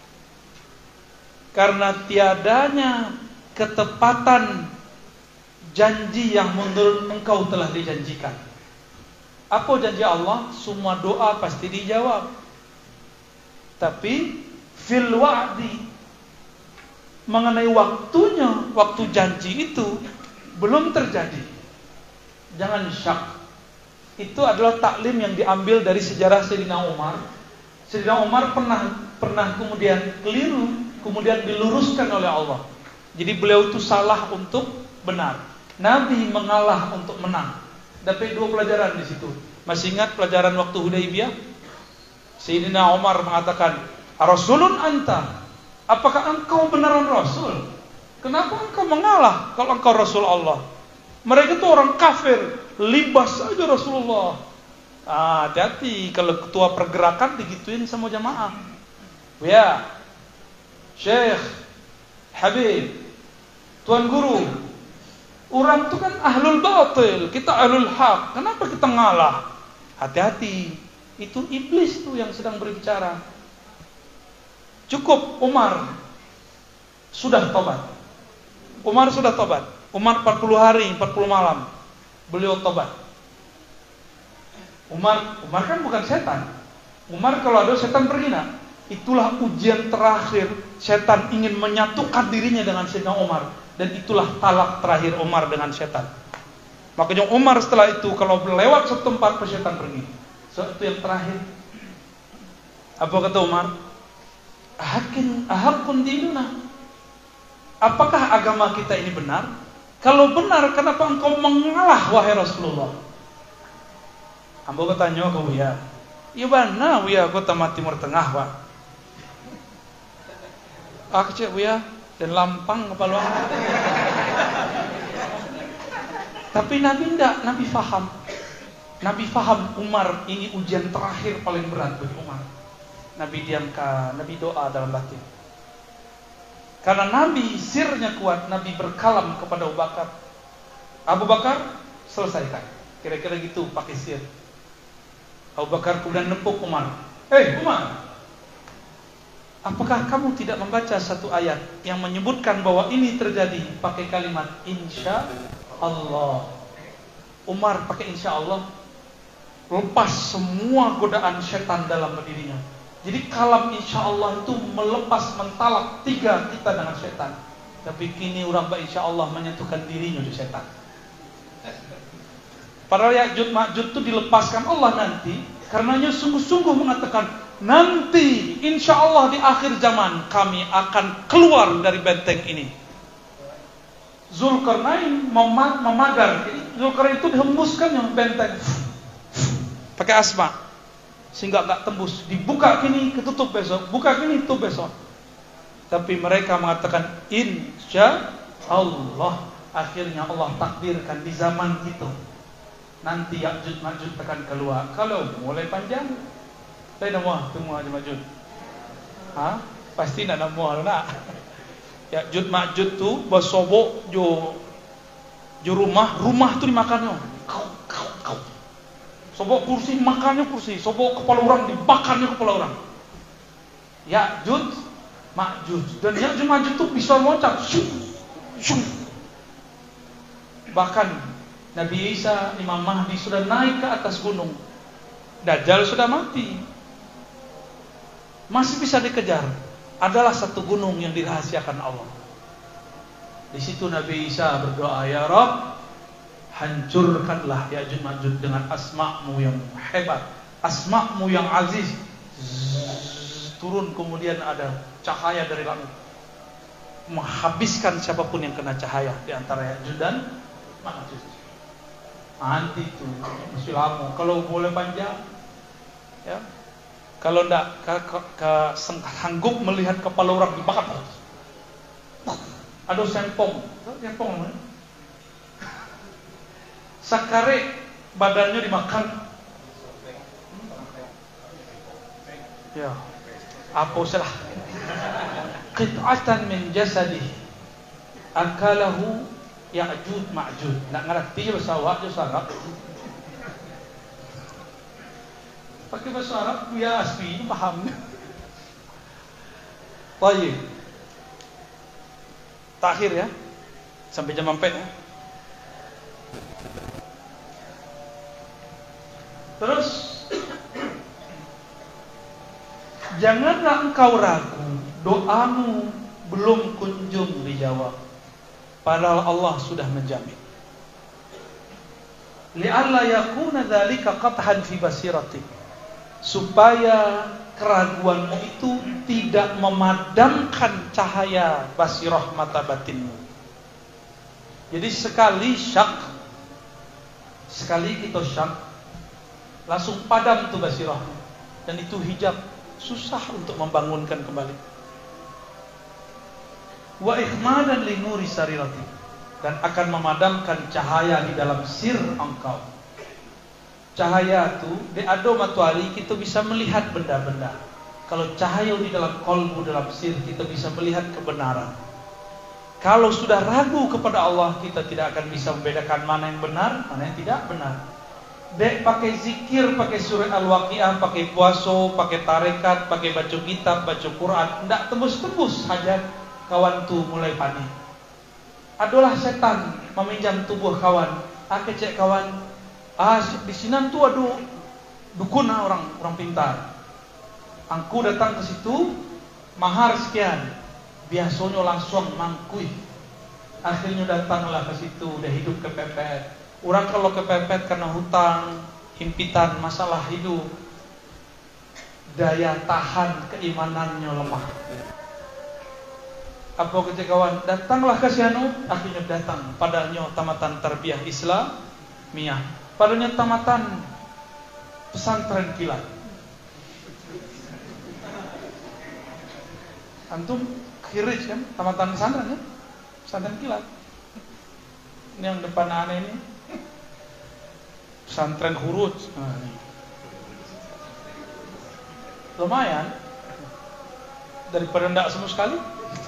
karena tiadanya ketepatan janji yang menurut engkau telah dijanjikan. Apa janji Allah? Semua doa pasti dijawab. Tapi fil wa'di, mengenai waktunya, waktu janji itu belum terjadi. Jangan syak. Itu adalah taklim yang diambil dari sejarah Sayyidina Umar. Sayyidina Umar pernah kemudian keliru, kemudian diluruskan oleh Allah. Jadi beliau itu salah untuk benar. Nabi mengalah untuk menang. Dapat dua pelajaran di situ. Masih ingat pelajaran waktu Hudaybiyah? Sayyidina Umar mengatakan, "Rasulun anta? Apakah engkau beneran Rasul? Kenapa engkau mengalah kalau engkau Rasul Allah? Mereka itu orang kafir, libas saja Rasulullah." Hati-hati kalau ketua pergerakan digituin sama jamaah. Ya, Syekh, Habib, Tuan Guru, orang itu kan ahlul batil, kita ahlul haq. Kenapa kita ngalah? Hati-hati, itu iblis tuh yang sedang berbicara. Cukup Umar sudah tobat. Umar sudah tobat. Umar 40 hari, 40 malam beliau tobat. Umar kan bukan setan. Umar kalau ada setan pergi nak. Itulah ujian terakhir. Setan ingin menyatukan dirinya dengan Sayyidina Umar. Dan itulah talak terakhir Umar dengan setan. Makanya Umar setelah itu kalau lewat satu tempat setan pergi. So itu yang terakhir. Apa kata Umar? Ahakun dinuna. Apakah agama kita ini benar? Kalau benar, kenapa engkau mengalah wahai Rasulullah? Ambo bertanya ke Buya. Iya benar Buya, kota Timur Tengah Pak. Cek Buya dan lampang kepala. Tapi Nabi enggak, Nabi faham. Nabi faham Umar ini ujian terakhir paling berat bagi Umar. Nabi diamkan, Nabi doa dalam batin. Karena Nabi sirnya kuat, Nabi berkalam kepada Abu Bakar. Abu Bakar, selesaikan. Kira-kira gitu pakai sir. Abu Bakar kemudian nepuk Umar. Umar, apakah kamu tidak membaca satu ayat yang menyebutkan bahwa ini terjadi pakai kalimat insya Allah? Umar pakai insya Allah, lepas semua godaan setan dalam dirinya. Jadi kalam insya Allah itu melepas mentalak 3 kita dengan setan. Tapi kini orang insya Allah menyentuhkan dirinya di setan. Padahal Ya'juj Ma'juj itu dilepaskan Allah nanti. Karenanya sungguh-sungguh mengatakan, nanti insya Allah di akhir zaman kami akan keluar dari benteng ini. Zulkarnain memagar. Zulkarnain itu dihembuskan yang benteng pakai asma sehingga enggak tembus. Dibuka kini, ketutup besok. Buka kini, tutup besok. Tapi mereka mengatakan insya Allah. Akhirnya Allah takdirkan di zaman itu nanti Ya'juj Ma'juj akan keluar. Kalau mulai panjang, saya nama tunggu aja Ma'juj. Pasti nak nama nak. Ya'juj Ma'juj tu bersobok jo rumah tu dimakannya. Kau. Sobok kursi makannya kursi, sobok kepala orang dibakarnya kepala orang. Ya'juj, Ma'juj. Dan Ya'juj Ma'juj itu bisa loncat. Bahkan Nabi Isa, Imam Mahdi sudah naik ke atas gunung. Dajjal sudah mati. Masih bisa dikejar. Adalah satu gunung yang dirahasiakan Allah. Di situ Nabi Isa berdoa, ya Rabb, hancurkanlah Ya'juj Ma'juj dengan asma'mu yang hebat, asma'mu yang aziz. Turun kemudian ada cahaya dari langit, menghabiskan siapapun yang kena cahaya di antara Ya'juj dan Ma'juj. Nanti itu masih lama. Kalau boleh panjang, ya. Kalau enggak sanggup melihat kepala orang dibakar. Ada sempong namanya. Sakare badannya dimakan. Ya. Apa salah? Qit'atan min jasadihi akalahu Ya'juj Ma'juj. Nak ngerti bahasa Arab? Pakai bahasa Arab ya asli paham. Baik. Takhir ya. Sampai jam 4 ya. Terus janganlah engkau ragu, doamu belum kunjung dijawab, padahal Allah sudah menjamin. Li'alla yakuna dzalika qathan fi basiratik, supaya keraguanmu itu tidak memadamkan cahaya basirah mata batinmu. Jadi sekali kita syak, langsung padam tuh basirahmu, dan itu hijab, susah untuk membangunkan kembali. Wa ikhmadan li nuri sarirati, dan akan memadamkan cahaya di dalam sir engkau. Cahaya itu di ado matuali kita bisa melihat benda-benda. Kalau cahaya di dalam kolbu, dalam sir, kita bisa melihat kebenaran. Kalau sudah ragu kepada Allah, kita tidak akan bisa membedakan mana yang benar, mana yang tidak benar. Dek pakai zikir, pakai surat Al-Waqiah, pakai puasa, pakai tarekat, pakai baca kitab, baca Quran, tidak tembus-tembus hajat, kawan tu mulai panik. Adalah setan meminjam tubuh kawan. Cek kawan, di sini tu ada dukun orang pintar. Angku datang ke situ, mahar sekian, biasanya langsung mangkui. Akhirnya datanglah ke situ, udah hidup kepepet. Orang kalau kepepet karena hutang, himpitan, masalah hidup, daya tahan keimanannya lemah. Apa kerja kawan? Datanglah ke sianu, akhirnya datang. Padahal tamatan tarbiyah Islamiyah, padahal tamatan pesantren kilat. Antum khirij kan, tamatan pesantren kan, pesantren kilat. Ini yang depan aneh ini pesantren huruj. Lumayan daripada ndak sama sekali.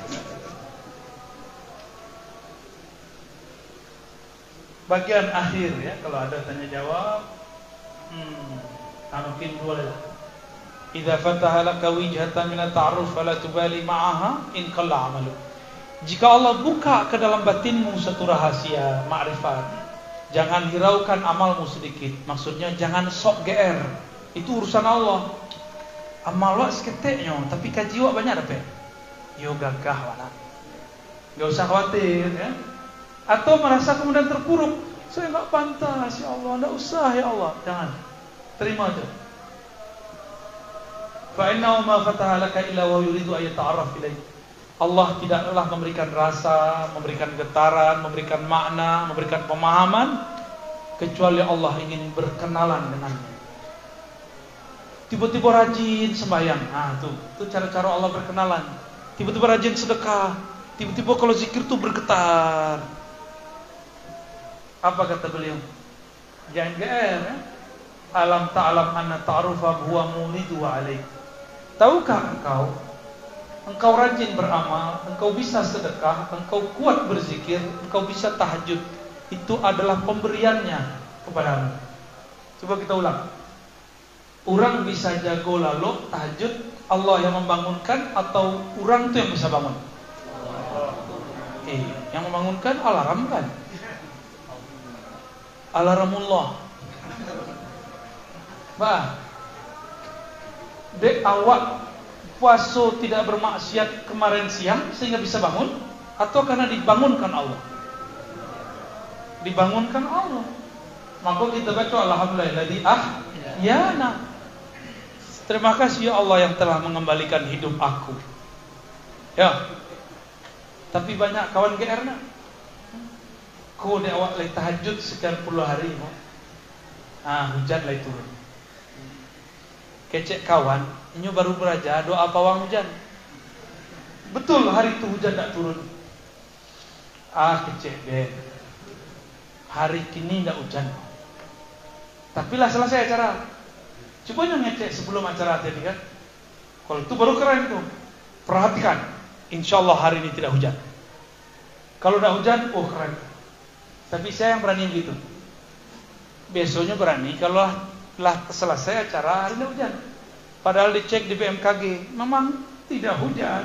Bagian akhir ya, kalau ada tanya jawab, mungkin bolehlah. Idza fataha laka wijhatan min at-ta'arruf fala tubali ma'aha in qalla 'amalu. Jika Allah buka ke dalam batinmu satu rahasia ma'rifat, jangan hiraukan amalmu sedikit. Maksudnya jangan sok GR. Itu urusan Allah. Amal wak seketeknya, tapi kaji wak banyak dapat. Yo gagah wala. Enggak usah khawatir ya. Atau merasa kemudian terpuruk, saya enggak pantas ya Allah, enggak usah ya Allah. Jangan. Terima aja. Fa innahu ma fataha laka illa wa yuridu ay yata'arraf ilaik. Allah tidaklah memberikan rasa, memberikan getaran, memberikan makna, memberikan pemahaman, kecuali Allah ingin berkenalan dengannya. Tiba-tiba rajin sembahyang, tuh cara-cara Allah berkenalan. Tiba-tiba rajin sedekah, tiba-tiba kalau zikir tuh bergetar. Apa kata beliau? Jangan GR ya. Alam ta'alam anna ta'arufa huwa muridu alaik. Tahukah engkau rajin beramal, engkau bisa sedekah, engkau kuat berzikir, engkau bisa tahajud, itu adalah pemberiannya kepadamu. Coba kita ulang. Orang bisa jago lalu tahajud, Allah yang membangunkan atau orang tuh yang bisa bangun? Yang membangunkan alarm kan? Alarmullah. Dek awak puasa tidak bermaksiat kemarin siang sehingga bisa bangun, atau karena dibangunkan Allah? Dibangunkan Allah. Maka kita baca alhamdulillahilladzi ahyana. Terima kasih ya Allah yang telah mengembalikan hidup aku. Ya. Tapi banyak kawan GR nak. Kau dek awak lagi tahajud sekian puluh hari. Hujan lagi turun. Kecek kawan, ini baru beraja doa pawang hujan. Betul hari itu hujan tak turun. Kecek deh. Hari kini tak hujan. Tapi lah selesai acara. Coba ngecek sebelum acara tadi kan. Kalau itu baru keren tuh. Perhatikan. InsyaAllah hari ini tidak hujan. Kalau tidak hujan, keren. Tapi saya yang berani gitu. Besoknya berani kalau lah selesai acara hari ini hujan. Padahal dicek di BMKG, memang tidak hujan.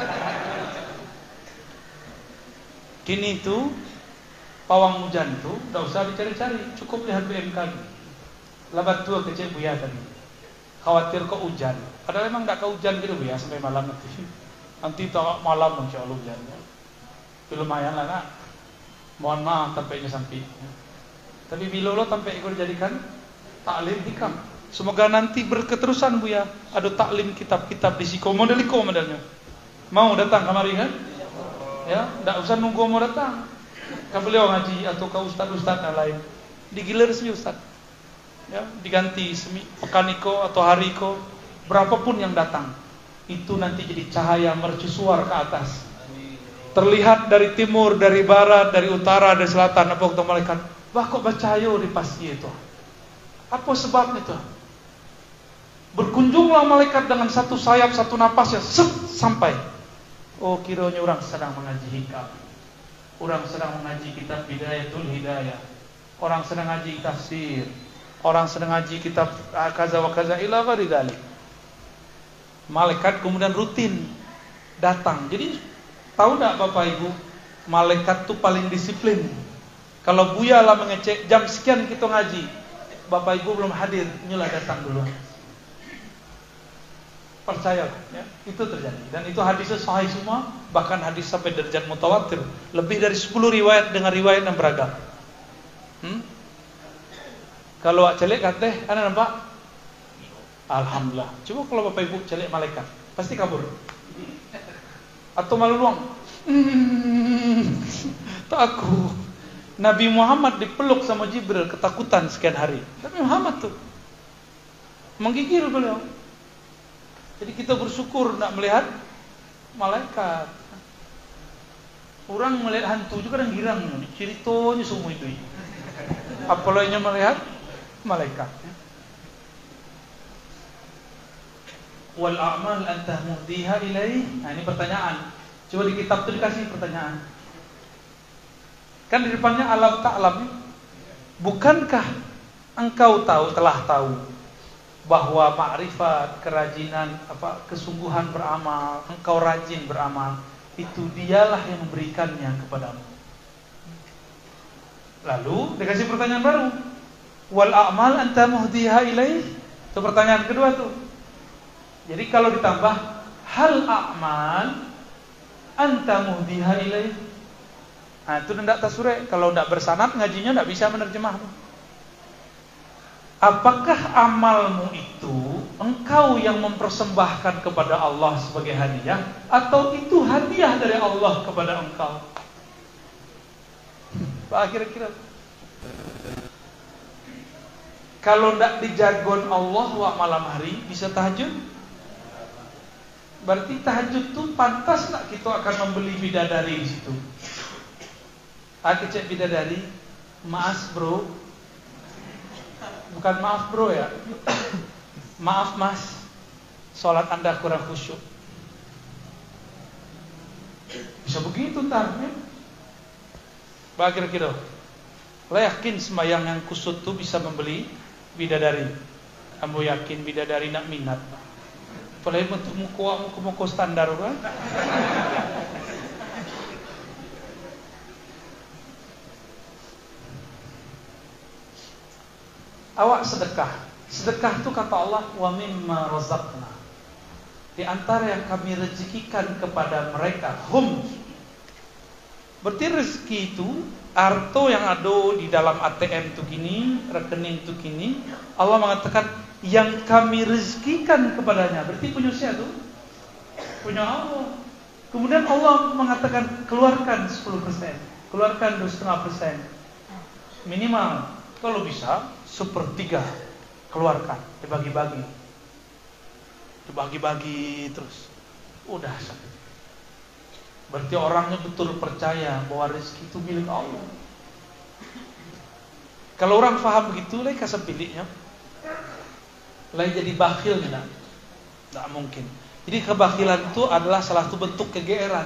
Kini itu pawang hujan itu tidak usah dicari-cari, cukup lihat BMKG. Labat tua kecil buya tadi. Khawatir kok hujan. Padahal memang tidak ke hujan gitu ya sampai malam nanti. Nanti tak malam insya Allah hujannya. Lumayan lah nak. Mohon maaf tampaknya sampai. Tapi bila lo tampaknya kau dijadikan taklim hikam. Semoga nanti berketerusan bu ya. Ada taklim kitab-kitab di Siko modeliko modelnya. Mau datang kemari kan? Ya, tidak usah nunggu mau datang. Ke beliau ngaji atau ke ustaz-ustaz yang lain. Digilir resmi ustaz. Ya, diganti pekaniko atau hariko, berapapun yang datang. Itu nanti jadi cahaya mercusuar ke atas. Terlihat dari timur, dari barat, dari utara, dari selatan. Apa kata malaikat? Wah kok bercahaya di pasti itu? Apa sebabnya itu? Berkunjunglah malaikat dengan satu sayap, satu napas ya, sampai. Oh kiranya orang sedang mengaji hikam. Orang sedang mengaji kitab Bidayatul Hidayah. Orang sedang ngaji tafsir. Orang sedang ngaji kitab kaza wa kaza ila ghairi dzalik. Malaikat kemudian rutin datang. Jadi tahu tak Bapak Ibu, malaikat itu paling disiplin. Kalau Buya lah mengecek jam sekian kita ngaji, Bapak Ibu belum hadir, inilah datang dulu. Percaya ya, itu terjadi. Dan itu hadisnya sahih semua, bahkan hadis sampai derajat mutawatir. Lebih dari 10 riwayat dengan riwayat yang beragam. Kalau celek kateh, anda nampak? Alhamdulillah. Coba kalau Bapak Ibu celek malaikat, pasti kabur. Atau malu luang. Takut. Nabi Muhammad dipeluk sama Jibril, ketakutan sekian hari. Nabi Muhammad tuh menggigil beliau. Jadi kita bersyukur nak melihat malaikat. Orang melihat hantu juga kadang girang. Ceritanya semua itu. Apalagi melihat malaikat. Wal a'mal anta muhdiha ilaih. Nah ini pertanyaan. Coba di kitab itu dikasih pertanyaan. Kan di depannya alam ta'lam. Bukankah engkau telah tahu bahwa makrifat, kerajinan, kesungguhan beramal, engkau rajin beramal, itu dialah yang memberikannya kepadamu. Lalu dikasih pertanyaan baru. Wal a'mal anta muhdiha ilaih. Itu pertanyaan kedua tuh. Jadi kalau ditambah hal a'mal anta muhdiha ilaih. Nah itu tidak tasure. Kalau tidak bersanad ngajinya tidak bisa menerjemah. Apakah amalmu itu engkau yang mempersembahkan kepada Allah sebagai hadiah, atau itu hadiah dari Allah kepada engkau? Kira-kira kalau tidak dijagon Allah wa malam hari bisa tahajud? Berarti tahajud itu pantas tak kita akan membeli bidadari di situ? Aku cek bidadari, maaf bro, bukan maaf bro ya, maaf mas, sholat anda kurang khusyuk. Bisa begitu ntar ya? Kira-kira lo yakin sembahyang yang kusut tuh bisa membeli bidadari? Kamu yakin bidadari nak minat? Apalagi bentuk muka standar kan. Awak sedekah. Sedekah itu kata Allah, wa mimma razaqna. Di antara yang kami rezekikan kepada mereka, hum. Berarti rezeki itu harta yang ada di dalam ATM itu gini, rekening itu gini. Allah mengatakan yang kami rezekikan kepadanya. Berarti punya siapa tuh? Punya Allah. Kemudian Allah mengatakan keluarkan 10%, keluarkan 2,5%. Minimal kalau bisa 1/3 keluarkan, dibagi-bagi. Dibagi-bagi terus. Udah sakit. Berarti orangnya betul percaya bahwa rezeki itu milik Allah. Kalau orang faham begitu, lai kasih pilihnya. Lai jadi bakhil tidak mungkin. Jadi kebakhilan itu adalah salah satu bentuk kegeeran.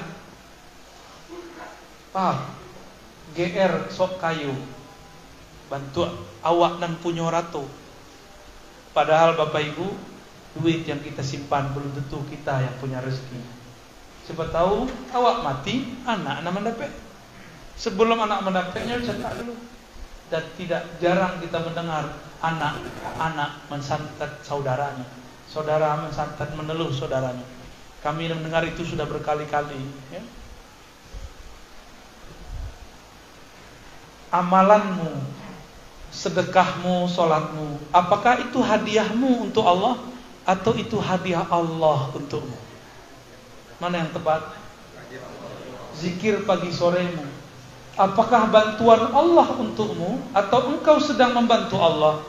Paham? GR sok kayu. Bantu awak nan punya ratu. Padahal Bapak Ibu, duit yang kita simpan belum tentu kita yang punya rezeki. Siapa tahu awak mati, anak mendapat. Sebelum anak mendapatnya cetak dulu. Dan tidak jarang kita mendengar anak mensantet saudaranya, saudara mensantet meneluh saudaranya. Kami mendengar itu sudah berkali-kali. Ya. Amalanmu, sedekahmu, sholatmu, apakah itu hadiahmu untuk Allah atau itu hadiah Allah untukmu? Mana yang tepat? Zikir pagi soremu, apakah bantuan Allah untukmu atau engkau sedang membantu Allah?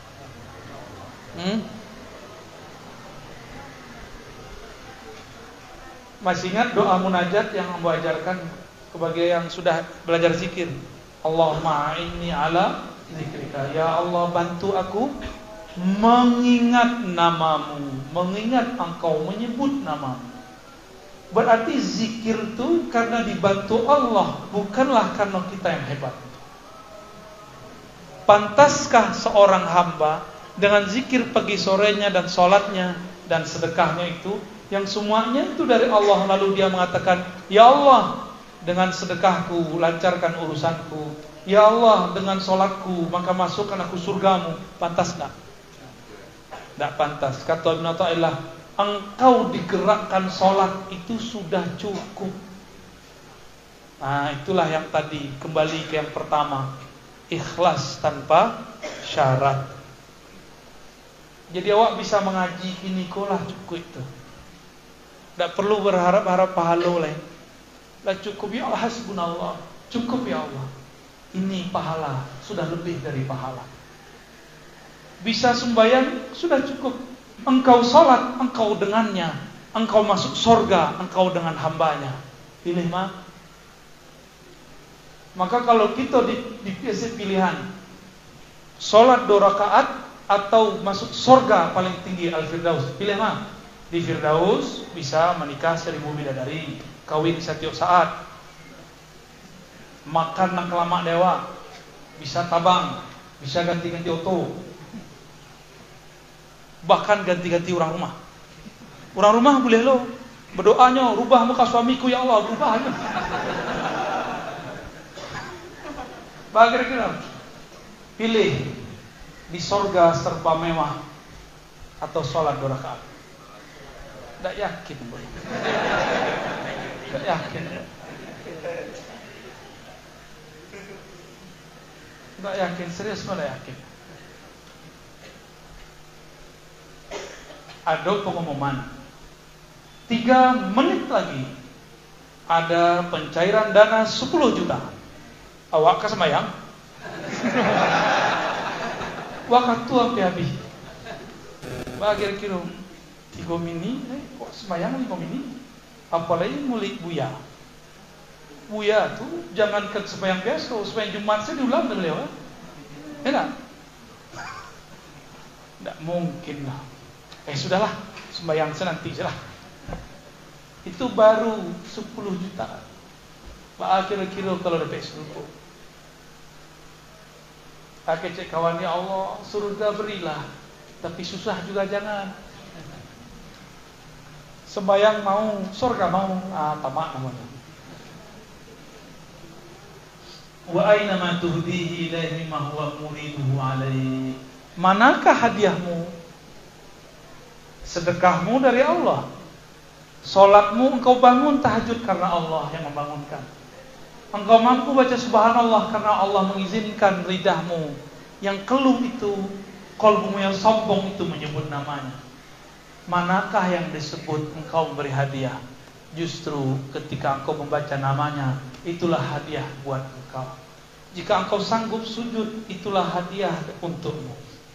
Masih ingat doa munajat yang Ambo ajarkan sebagai yang sudah belajar zikir? Allahumma inni ala zikrika. Ya Allah, bantu aku mengingat namamu, mengingat engkau, menyebut namamu. Berarti zikir itu karena dibantu Allah, bukanlah karena kita yang hebat. Pantaskah seorang hamba dengan zikir pagi sorenya dan sholatnya dan sedekahnya itu, yang semuanya itu dari Allah, lalu dia mengatakan, Ya Allah, dengan sedekahku lancarkan urusanku, Ya Allah, dengan sholatku maka masukkan aku surgamu. Pantas enggak? Tidak pantas. Kata Ibn Athaillah, engkau digerakkan sholat itu sudah cukup. Nah, itulah yang tadi, kembali ke yang pertama, ikhlas tanpa syarat. Jadi awak bisa mengaji kini kolah cukup itu. Tidak perlu berharap-harap pahala lain. Dah cukup, ya Allah, hasbunallah. Cukup ya Allah. Ini pahala, sudah lebih dari pahala. Bisa sembahyang, sudah cukup. Engkau salat, engkau dengannya. Engkau masuk surga, engkau dengan hambanya. Pilih mah. Maka kalau kita dikasih pilihan, salat 2 rakaat atau masuk surga paling tinggi Al-Firdaus, pilih mah. Di Firdaus bisa menikah 1000 bidadari, kawin setiap saat, makan nak lama dewa, bisa tabang, bisa ganti-ganti oto, bahkan ganti-ganti orang rumah. Orang rumah boleh lo berdoanya, rubah muka suamiku ya Allah, rubah aja. Bagaimana? Pilih di sorga serba mewah atau sholat 2 rakaat. Tidak yakin, boy. Tidak yakin. Tidak yakin, serius tidak yakin. Ada pengumuman 3 menit lagi ada pencairan dana 10 juta. Awak ke semayang? Waktu apa habis? Kira-kira 3 mini, kok semayang 5 mini? Apalagi mulik buya. Buya tuh jangan ke semayang biasa, semayang Jumat saya diulang beliau. Enak? Tidak mungkin lah. Sudahlah, sembahyang nanti saja lah. Itu baru 10 juta. Kira-kira kalau dapat 10. Kakek cek kawan, ya Allah, surga berilah, tapi susah juga jangan. Sembayang mau, surga mau, tamak namanya. Wa aina ma tuhdihi ilaihi ma huwa muriduhu alaihi. Manakah hadiahmu? Sedekahmu dari Allah. Salatmu engkau bangun tahajud karena Allah yang membangunkan. Engkau mampu baca subhanallah karena Allah mengizinkan lidahmu yang keluh itu, qalbumu yang sombong itu menyebut namanya. Manakah yang disebut engkau memberi hadiah? Justru ketika engkau membaca namanya, itulah hadiah buat engkau. Jika engkau sanggup sujud, itulah hadiah untukmu.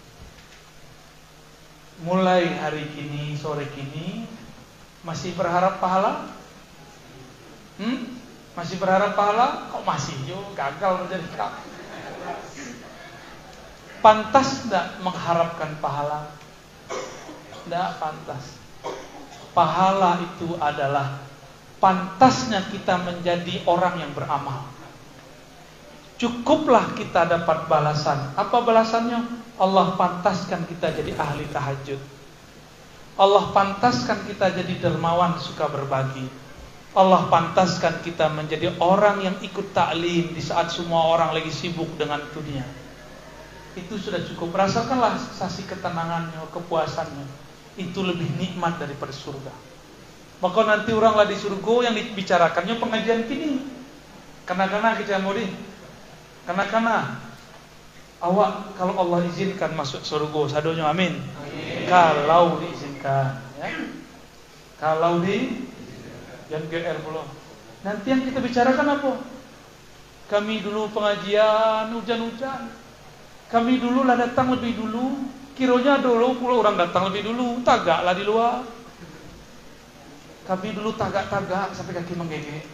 Mulai hari kini, sore kini, masih berharap pahala? Masih berharap pahala? Kok masih gagal menjadi kau? Pantas tidak mengharapkan pahala? Tidak pantas. Pahala itu adalah pantasnya kita menjadi orang yang beramal. Cukuplah kita dapat balasan. Apa balasannya? Allah pantaskan kita jadi ahli tahajud. Allah pantaskan kita jadi dermawan, suka berbagi. Allah pantaskan kita menjadi orang yang ikut taklim di saat semua orang lagi sibuk dengan dunia. Itu sudah cukup. Rasakanlah sensasi ketenangannya, kepuasannya. Itu lebih nikmat daripada surga. Maka nanti oranglah di surga yang dibicarakannya pengajian kini. Karena kita mau di. Karena awak kalau Allah izinkan masuk surga, sadonya amin. Kalau diizinkan, ya. Kalau jangan GR pula. Nanti yang kita bicarakan apa? Kami dulu pengajian hujan-hujan. Kami dulu lah datang lebih dulu. Kiranya dulu pula orang datang lebih dulu, tagaklah di luar. Kami dulu tagak-tagak sampai kaki menggigit.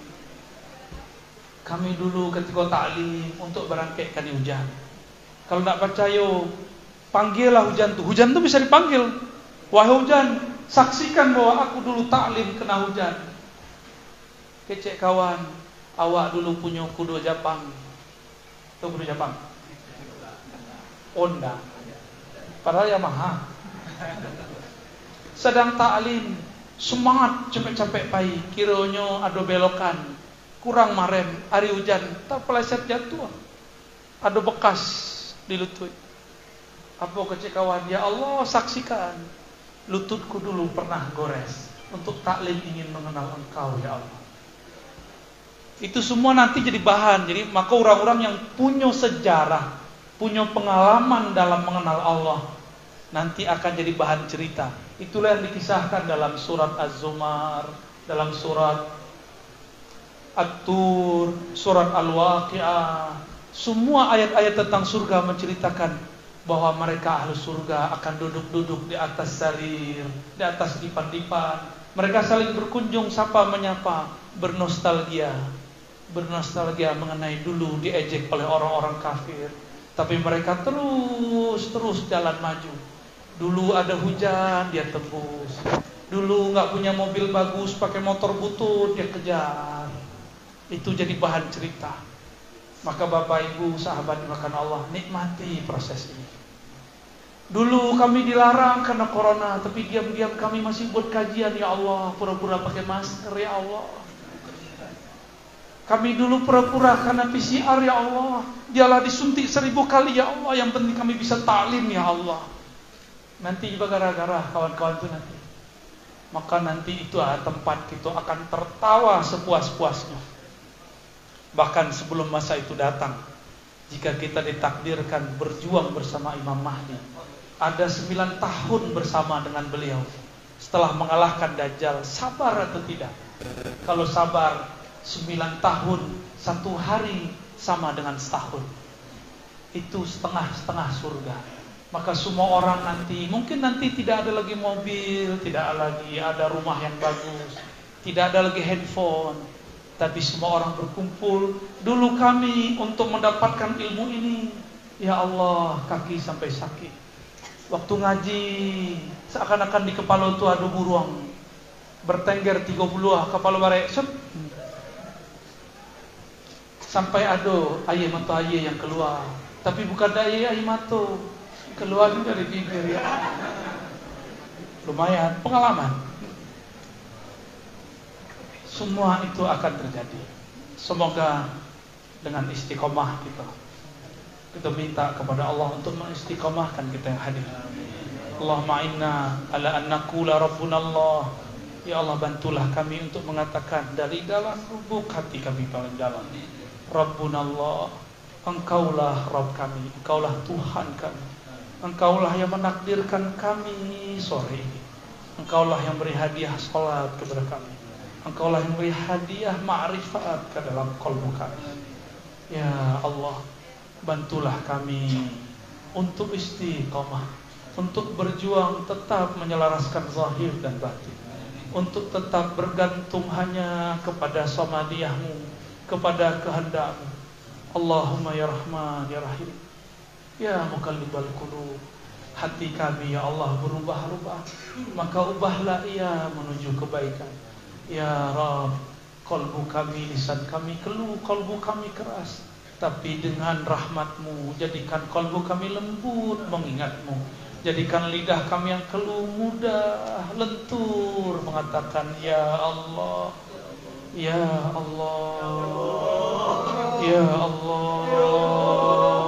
Kami dulu ketika taklim untuk berangkatkan di hujan. Kalau tak percaya, panggillah hujan tu. Hujan tu bisa dipanggil. Wahai hujan, saksikan bahwa aku dulu taklim kena hujan. Kecek kawan, awak dulu punya kuda Jepang. Tahu kuda Jepang? Honda. Padahal Yamaha. Sedang taklim, semangat capek-capek pai, kiranya ada belokan, kurang marem, hari hujan, tak peleset jatuh. Ada bekas di lutut. Apa kecek kawan? Ya Allah, saksikan lututku dulu pernah gores untuk taklim ingin mengenal Engkau ya Allah. Itu semua nanti jadi bahan. Jadi maka orang-orang yang punya sejarah, punya pengalaman dalam mengenal Allah, nanti akan jadi bahan cerita. Itulah yang dikisahkan dalam surat Az-Zumar, dalam surat At-Tur, surat Al-Waqi'ah. Semua ayat-ayat tentang surga menceritakan bahwa mereka ahli surga akan duduk-duduk di atas sarir, di atas dipan-dipan. Mereka saling berkunjung, sapa menyapa, bernostalgia mengenai dulu diejek oleh orang-orang kafir. Tapi mereka terus jalan maju. Dulu ada hujan, dia tembus. Dulu nggak punya mobil bagus, pakai motor butut, dia kejar. Itu jadi bahan cerita. Maka Bapak Ibu sahabat dimakan Allah, nikmati proses ini. Dulu kami dilarang karena corona, tapi diam-diam kami masih buat kajian ya Allah, pura-pura pakai masker ya Allah. Kami dulu pura-pura karena PCR ya Allah. Dialah disuntik 1000 kali ya Allah. Yang penting kami bisa taklim ya Allah. Nanti juga gara-gara kawan-kawan itu nanti. Maka nanti itu tempat kita akan tertawa sepuas-puasnya. Bahkan sebelum masa itu datang, jika kita ditakdirkan berjuang bersama Imam Mahdi, ada 9 tahun bersama dengan beliau. Setelah mengalahkan Dajjal, sabar atau tidak? Kalau sabar 9 tahun, 1 hari sama dengan setahun. Itu setengah-setengah surga. Maka semua orang nanti, mungkin nanti tidak ada lagi mobil, tidak lagi ada rumah yang bagus, tidak ada lagi handphone, tapi semua orang berkumpul. Dulu kami untuk mendapatkan ilmu ini, ya Allah, kaki sampai sakit. Waktu ngaji, seakan-akan di kepala itu ada burung bertengger 30 kepala barek, sampai ada air mata air yang keluar, tapi bukan dari air mata, keluar dari bibir ya. Lumayan pengalaman. semua itu akan terjadi. Semoga dengan istiqomah kita minta kepada Allah untuk mengistiqomahkan kita yang hadir. Allahumma inna ala an naqula rabbuna Allah. Ya Allah, bantulah kami untuk mengatakan dari dalam lubuk hati kami paling dalam, Rabbuna Allah, Engkaulah Rabb kami, Engkaulah Tuhan kami, Engkaulah yang menakdirkan kami sore ini, Engkaulah yang beri hadiah salat kepada kami, Engkaulah yang beri hadiah ma'rifat ke dalam qalbu kami. Ya Allah, bantulah kami untuk istiqamah, untuk berjuang tetap menyelaraskan zahir dan batin, untuk tetap bergantung hanya kepada samadiyahmu, kepada kehendak-Mu. Allahumma ya Rahman ya Rahim, ya Muqallibal Qulub, hati kami ya Allah berubah-ubah, maka ubahlah ia menuju kebaikan. Ya Rabb, kalbu kami, lisan kami keluh, kalbu kami keras, tapi dengan rahmat-Mu jadikan kalbu kami lembut mengingat-Mu. Jadikan lidah kami yang keluh mudah, lentur mengatakan Ya Allah, Ya Allah, Ya Allah.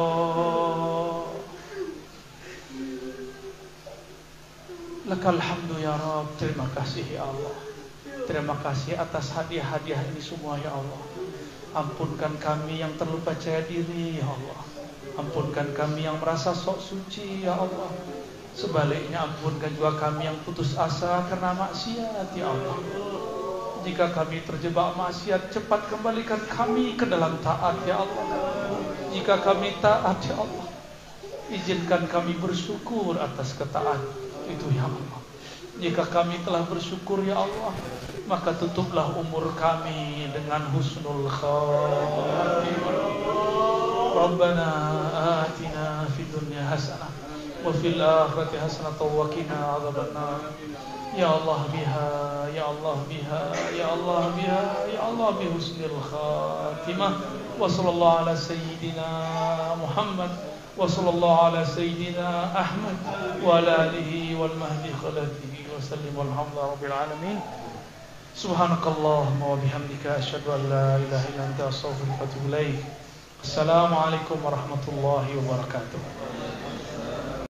Lakal hamdu ya Rabb. Terima kasih ya Allah. Terima kasih atas hadiah-hadiah ini semua ya Allah. Ampunkan kami yang terlupa percaya diri ya Allah. Ampunkan kami yang merasa sok suci ya Allah. Sebaliknya ampunkan juga kami yang putus asa karena maksiat ya Allah. Jika kami terjebak maksiat, cepat kembalikan kami ke dalam taat ya Allah. Jika kami taat ya Allah, izinkan kami bersyukur atas ketaatan itu ya Allah. Jika kami telah bersyukur ya Allah, maka tutuplah umur kami dengan husnul khatimah. Rabbana atina fid dunya hasanah wa fil akhirati hasanah wa qina adzabannar. Ya Allah biha, ya Allah biha, ya Allah biha, ya Allah bi husnil khatimah. Wa sallallahu ala sayyidina Muhammad wa sallallahu ala sayyidina Ahmad wa ala alihi wal mahdi khalatihi wa sallim walhamdulillahi rabbil alamin. Subhanakallahumma wa bihamdika asyhadu an la ilaha illa anta astaghfiruka wa atubu ilaik. Assalamualaikum warahmatullahi wabarakatuh.